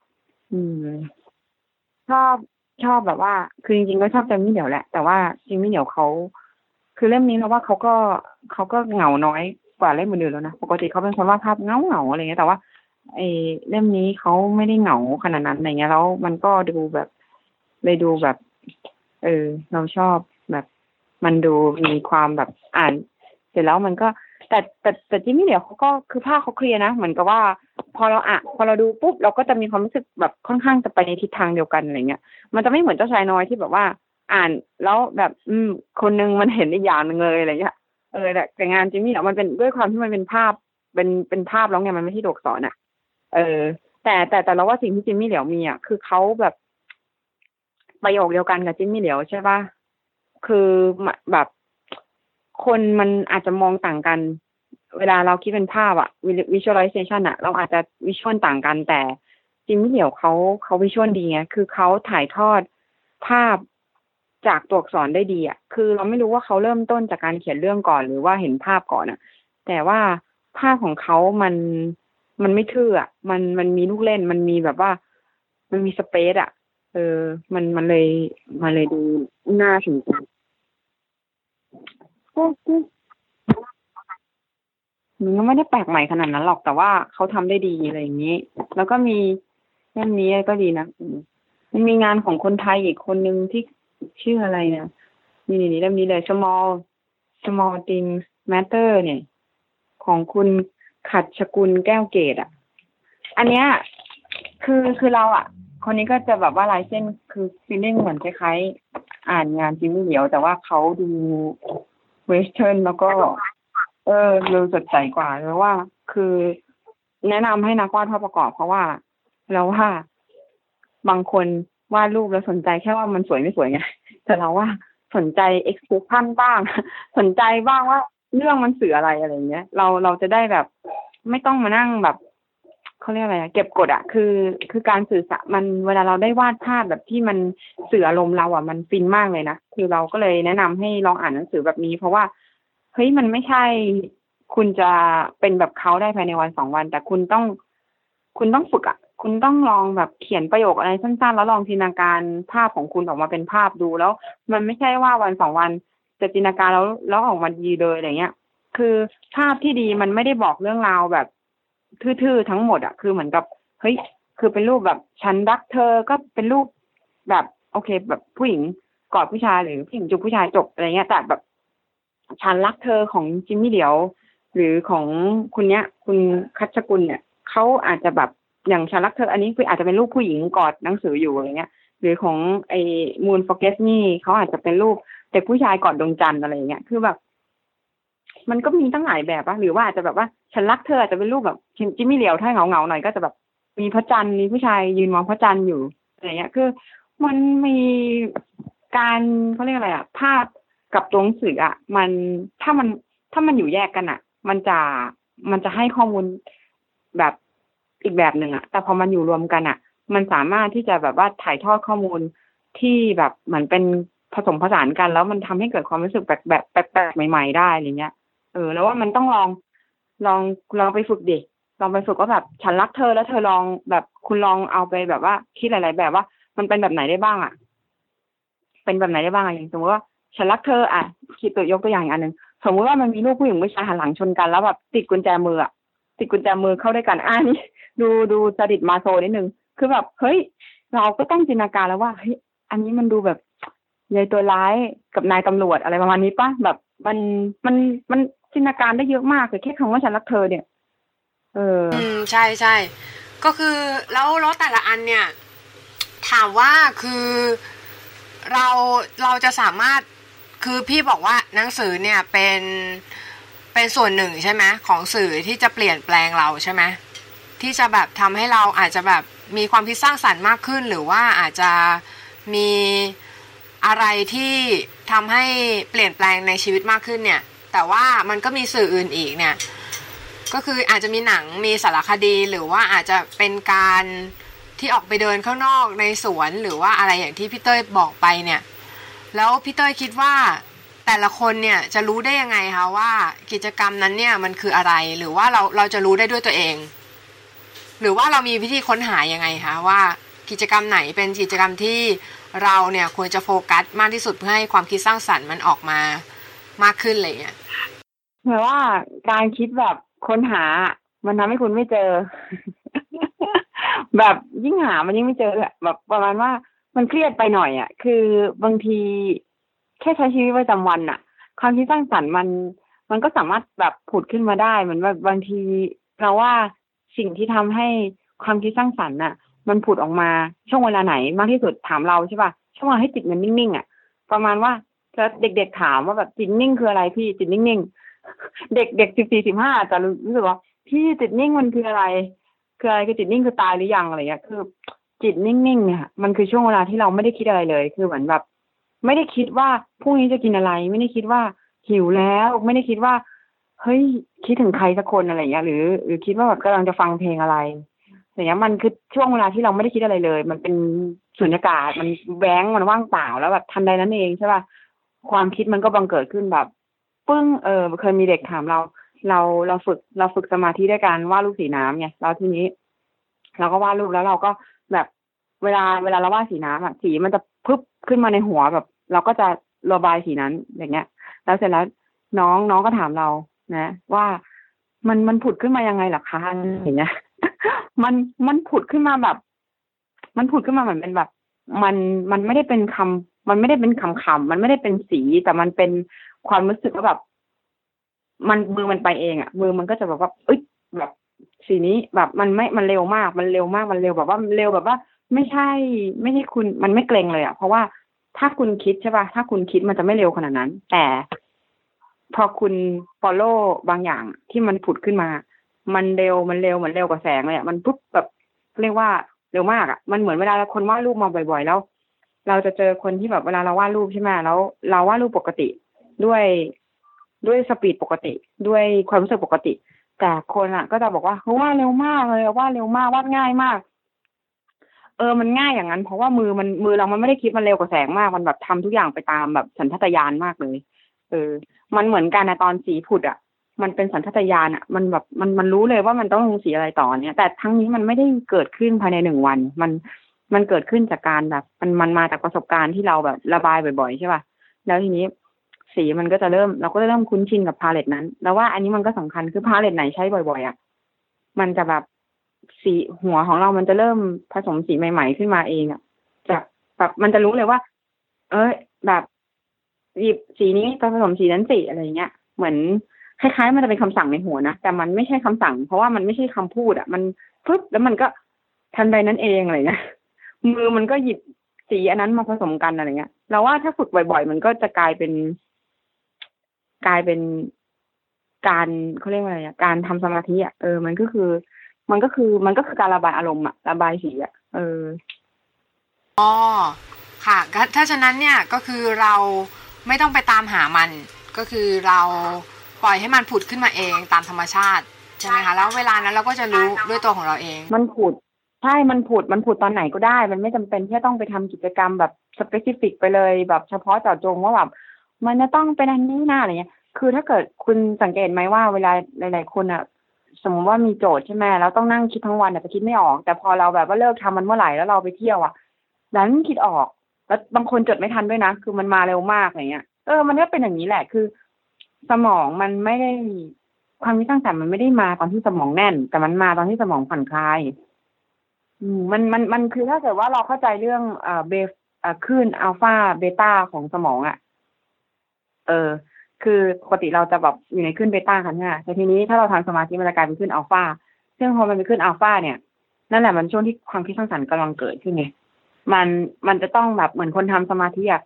ชอบแบบว่าคือจริงๆก็ชอบจิมมี่เหลียวแหละแต่ว่าจิมมี่เหลียวเขาคือเล่มนี้เราว่าเขาก็เหงาน้อยกว่าเล่มอื่นๆแล้วนะปกติเขาเป็นคนวาดภาพเหงาอะไรเงี้ยแต่ว่าเล่มนี้เขาไม่ได้เหงาขนาดนั้นอะไรเงี้ยแล้วมันก็ดูแบบเลยดูแบบเราชอบแบบมันดูมีความแบบอ่านเสร็จแล้วมันก็แต่จิมมี่เหลียวเขาก็คือภาพเขาเคลียร์นะเหมือนกับว่าพอเราดูปุ๊บเราก็จะมีความรู้สึกแบบค่อนข้างจะไปในทิศทางเดียวกันอะไรเงี้ยมันจะไม่เหมือนเจ้าชายน้อยที่แบบว่าอ่านแล้วแบบคนนึงมันเห็นอีกอย่างนึงเลยอะไรเงี้ยแต่งานจิมมี่เหลียวมันเป็นด้วยความที่มันเป็นภาพเป็นภาพแล้วไงมันไม่ใช่ตัวอักษรแต่เราว่าสิ่งที่จิมมี่เหลียวมีคือเขาแบบประโยคเดียวกันกับจิมมี่เหลียวใช่ป่ะคือแบบคนมันอาจจะมองต่างกันเวลาเราคิดเป็นภาพvisualization เราอาจจะวิชวลต่างกันแต่จิมมี่เหลียวเขาวิชวลดีไงคือเขาถ่ายทอดภาพจากตัวอักษรได้ดีคือเราไม่รู้ว่าเขาเริ่มต้นจากการเขียนเรื่องก่อนหรือว่าเห็นภาพก่อนแต่ว่าภาพของเขามันไม่ทื่อมันมีลูกเล่นมันมีแบบว่ามันมีสเปซมันเลยดูน่าสนใจมันก็ไม่ได้แปลกใหม่ขนาดนั้นหรอกแต่ว่าเขาทำได้ดีอะไรอย่างนี้แล้วก็มีเรื่องนี้ก็ดีนะมันมีงานของคนไทยอีกคนนึงที่ชื่ออะไรเนี่ยนี่เรื่องนี้เลย small things matter เนี่ยของคุณขัดชกุลแก้วเกตอันเนี้ยคือเราคนนี้ก็จะแบบว่าลายเส้นคือฟีลลิ่งเหมือนคล้ายๆอ่านงานจิมมี่เหลียวแต่ว่าเขาดูเวสเทิร์นแล้วก็ดูสดใสกว่าเพราะว่าคือแนะนำให้นักวาดภาพประกอบเพราะว่าเราว่าบางคนวาดรูปแล้วสนใจแค่ว่ามันสวยไม่สวยไงแต่เราว่าสนใจ expression บ้างสนใจบ้างว่าเรื่องมันสื่ออะไรเงี้ยเราจะได้แบบไม่ต้องมานั่งแบบเขาเรียกอะไรเก็บกดคือการสื่อสารมันเวลาเราได้วาดภาพแบบที่มันสื่ออารมณ์เรามันฟินมากเลยนะคือเราก็เลยแนะนำให้ลองอ่านหนังสือแบบนี้เพราะว่าเฮ้ยมันไม่ใช่คุณจะเป็นแบบเขาได้ภายในวัน2วันแต่คุณต้องฝึกคุณต้องลองแบบเขียนประโยคอะไรสั้นๆแล้วลองจินตนาการภาพของคุณออกมาเป็นภาพดูแล้วมันไม่ใช่ว่าวัน2วันจะจินตนาการแล้วออกมาดีเลยอะไรเงี้ยคือภาพที่ดีมันไม่ได้บอกเรื่องราวแบบทื่อๆทั้งหมดคือเหมือนกับเฮ้ยคือเป็นรูปแบบฉันรักเธอก็เป็นรูปแบบโอเคแบบผู้หญิงกอดผู้ชายหรือผู้หญิงจูบผู้ชายจบอะไรเงี้ยแต่แบบฉันรักเธอของจิมมี่เหลียวหรือของคุณเนี้ยคุณคัชกุลเนี่ยเขาอาจจะแบบอย่างฉันรักเธออันนี้คืออาจจะเป็นรูปผู้หญิงกอดหนังสืออยู่อะไรเงี้ยหรือของไอ้ Moon Forget นี่เขาอาจจะเป็นรูปเด็กผู้ชายกอดดวงจันทร์อะไรเงี้ยคือแบบมันก็มีตั้งหลายแบบหรือว่าอาจจะแบบว่าฉันรักเธออาจจะเป็นรูปแบบจิมมี่เหลียวถ้าเหงาหน่อยก็จะแบบมีพระจันทร์มีผู้ชายยืนมองพระจันทร์อยู่อะไรเงี้ยคือมันมีการเขาเรียกอะไรภาพกับตัวหนังสือมันถ้ามันอยู่แยกกันมันจะให้ข้อมูลแบบอีกแบบหนึ่งแต่พอมันอยู่รวมกันมันสามารถที่จะแบบว่าถ่ายทอดข้อมูลที่แบบเหมือนเป็นผสมผสานกันแล้วมันทำให้เกิดความรู้สึกแปลกใหม่ๆได้อะไรเงี้ยแล้วว่ามันต้องลองไปฝึกดิลองไปฝึกว่าแบบฉันรักเธอแล้วเธอลองแบบคุณลองเอาไปแบบว่าคิดหลายๆแบบว่ามันเป็นแบบไหนได้บ้างเป็นแบบไหนได้บ้างอย่างสมมติว่าฉันรักเธอคิดยกตัวอย่างอันนึงสมมติว่ามันมีรูปผู้หญิงผู้ชายหันหลังชนกันแล้วแบบติดกุญแจมือเข้าด้วยกันนี่ดูจริตมาโซนิดนึงคือแบบเฮ้ยเราก็ต้องจินตนาการแล้วว่าเฮ้ยอันนี้มันดูแบบยายตัวร้ายกับนายตำรวจอะไรประมาณนี้ป่ะแบบมันจินตนาการได้เยอะมากเลยแค่คำว่าฉันรักเธอเนี่ยใช่ใช่ก็คือแล้วแต่ละอันเนี่ยถามว่าคือเราจะสามารถคือพี่บอกว่าหนังสือเนี่ยเป็นส่วนหนึ่งใช่ไหมของสื่อที่จะเปลี่ยนแปลงเราใช่ไหมที่จะแบบทำให้เราอาจจะแบบมีความคิดสร้างสรรค์มากขึ้นหรือว่าอาจจะมีอะไรที่ทำให้เปลี่ยนแปลงในชีวิตมากขึ้นเนี่ยแต่ว่ามันก็มีสื่ออื่นอีกเนี่ยก็คืออาจจะมีหนังมีสารคดีหรือว่าอาจจะเป็นการที่ออกไปเดินข้างนอกในสวนหรือว่าอะไรอย่างที่พี่เต้ยบอกไปเนี่ยแล้วพี่เต้ยคิดว่าแต่ละคนเนี่ยจะรู้ได้ยังไงคะว่ากิจกรรมนั้นเนี่ยมันคืออะไรหรือว่าเราจะรู้ได้ด้วยตัวเองหรือว่าเรามีวิธีค้นหายังไงคะว่ากิจกรรมไหนเป็นกิจกรรมที่เราเนี่ยควรจะโฟกัสมากที่สุดเพื่อให้ความคิดสร้างสรรค์มันออกมามากขึ้นอะไรเงี้ยหมายว่าการคิดแบบค้นหามันทำให้คุณไม่เจอ แบบยิ่งหามันยิ่งไม่เจอแบบประมาณว่ามันเครียดไปหน่อยอ่ะคือบางทีแค่ใช้ชีวิตประจำวันอ่ะความคิดสร้างสรรค์มันก็สามารถแบบผุดขึ้นมาได้เหมือนแบบบางทีเราว่าสิ่งที่ทำให้ความคิดสร้างสรรค์น่ะมันผุดออกมาช่วงเวลาไหนมากที่สุดถามเราใช่ป่ะช่วงเวลาให้จิตมันนิ่งๆอ่ะประมาณว่าจะเด็กๆถามว่าแบบจิตนิ่งคืออะไรพี่จิตนิ่งๆเด็ก14-15จะรู้สึกว่าพี่จิตนิ่งมันคืออะไรคือจิตนิ่งคือตายหรือยังอะไรเงี้ยคือจิตนิ่งๆเนี่ยมันคือช่วงเวลาที่เราไม่ได้คิดอะไรเลยคือเหมือนแบบไม่ได้คิดว่าพรุ่งนี้จะกินอะไรไม่ได้คิดว่าหิวแล้วไม่ได้คิดว่าเฮ้ยคิดถึงใครสักคนอะไรเงี้ยหรือคิดว่าแบบกำลังจะฟังเพลงอะไรอย่างเงี้ยมันคือช่วงเวลาที่เราไม่ได้คิดอะไรเลยมันเป็นสุญญากาศมันแบงค์มันว่างเปล่าแล้วแบบทันใดนั้นเองใช่ป่ะความคิดมันก็บังเกิดขึ้นแบบปึ้งเคยมีเด็กถามเราฝึกสมาธิด้วยการวาดรูปสีน้ำไงแล้วทีนี้เราก็วาดรูปแล้วเราก็แบบเวลาเราวาดสีน้ำอ่ะสีมันจะพึบขึ้นมาในหัวแบบเราก็จะระบายสีนั้นอย่างเงี้ยแล้วเสร็จแล้วน้องก็ถามเรานะว่ามันผุดขึ้นมายังไงล่ะคะอย่างเงี้ยมันผุดขึ้นมาแบบมันผุดขึ้นมาเหมือนเป็นแบบมันไม่ได้เป็นคำมันไม่ได้เป็นคำมันไม่ได้เป็นสีแต่มันเป็นความรู้สึกว่าแบบมือมันไปเองอ่ะมือมันก็จะแบบว่าเอ้ยแบบสีนี้แบบมันเร็วมากมันเร็วแบบว่าเร็วแบบว่าไม่ใช่คุณมันไม่เกรงเลยอ่ะเพราะว่าถ้าคุณคิดใช่ป่ะถ้าคุณคิดมันจะไม่เร็วขนาดนั้นแต่พอคุณ follow บางอย่างที่มันผุดขึ้นมามันเร็วเหมือนเร็วกว่าแสงเลยอ่ะมันปุ๊บแบบเรียกว่าเร็วมากอ่ะมันเหมือนเวลาคนวาดรูปมาบ่อยๆแล้วเราจะเจอคนที่แบบเวลาเราวาดรูปใช่ไหมแล้วเราวาดรูปปกติด้วยสปีดปกติด้วยความรู้สึกปกติแต่คนอ่ะก็จะบอกว่าเขาวาดเร็วมากเลยวาดเร็วมากวาดง่ายมากมันง่ายอย่างนั้นเพราะว่ามือเรามันไม่ได้คิดมันเร็วกว่าแสงมากมันแบบทำทุกอย่างไปตามแบบสัญชาตญาณมากเลยมันเหมือนกันนะตอนสีผุดอ่ะมันเป็นสัญชาตญาณอ่ะมันแบบมันรู้เลยว่ามันต้องลงสีอะไรต่อเนี่ยแต่ทั้งนี้มันไม่ได้เกิดขึ้นภายใน1 วันมันเกิดขึ้นจากการแบบมันมาจากประสบการณ์ที่เราแบบระบายบ่อยๆใช่ป่ะแล้วทีนี้สีมันก็จะเราก็จะเริ่มคุ้นชินกับพาเลตนั้นแล้วว่าอันนี้มันก็สำคัญคือพาเลตไหนใช้บ่อยๆอ่ะมันจะแบบสีหัวของเรามันจะเริ่มผสมสีใหม่ๆขึ้นมาเองอ่ะจากแบบมันจะรู้เลยว่าแบบหยิบสีนี้ไปผสมสีนั้นสีอะไรเงี้ยเหมือนคล้ายๆมันจะเป็นคำสั่งในหัวนะแต่มันไม่ใช่คำสั่งเพราะว่ามันไม่ใช่คำพูดอ่ะมันปึ๊บแล้วมันก็ทันใดนั้นเองอะไรเงี้ยมือมันก็หยิบสีอันนั้นมาผสมกันอะไรเงี้ยเราว่าถ้าฝึกบ่อยๆมันก็จะกลายเป็นการเขาเรียกว่าอะไรอ่ะการทำสมาธิอ่ะมันก็คือการระบายอารมณ์อ่ะระบายสีอ่ะอ๋อค่ะถ้าฉะนั้นเนี่ยก็คือเราไม่ต้องไปตามหามันก็คือเราปล่อยให้มันผุดขึ้นมาเองตามธรรมชาติใช่ไหมคะแล้วเวลานั้นเราก็จะรู้ด้วยตัวของเราเองมันผุดใช่มันผุดตอนไหนก็ได้มันไม่จำเป็นที่จะต้องไปทำกิจกรรมแบบสเปซิฟิกไปเลยแบบเฉพาะเจาะจงว่าแบบมันจะต้องเป็นอันนี้นะอะไรเงี้ยคือถ้าเกิดคุณสังเกตไหมว่าเวลาหลายๆคนอ่ะสมมติว่ามีโจทย์ใช่ไหมแล้วต้องนั่งคิดทั้งวันแต่คิดไม่ออกแต่พอเราแบบว่าเลิกทำมันเมื่อไหร่แล้วเราไปเที่ยวอ่ะดันคิดออกแล้วบางคนจดไม่ทันด้วยนะคือมันมาเร็วมากอะไรเงี้ยมันก็เป็นอย่างนี้แหละคือสมองมันไม่ได้ความคิดสร้างสรรค์มันไม่ได้มาตอนที่สมองแน่นแต่มันมาตอนที่สมองผ่อนคลายมันคือถ้าเกิดว่าเราเข้าใจเรื่องคลื่นอัลฟาเบต้าของสมองอ่ะคือปกติเราจะแบบอยู่ในคลื่นเบต้าค่ะเนี่ยแต่ทีนี้ถ้าเราทำสมาธิมันจะกลายเป็นคลื่นอัลฟาซึ่งพอมันเป็นคลื่นอัลฟาเนี่ยนั่นแหละมันช่วงที่ความคิดสร้างสรรค์กำลังเกิดขึ้นไงมันจะต้องแบบเหมือนคนทำสมาธิอ่ะ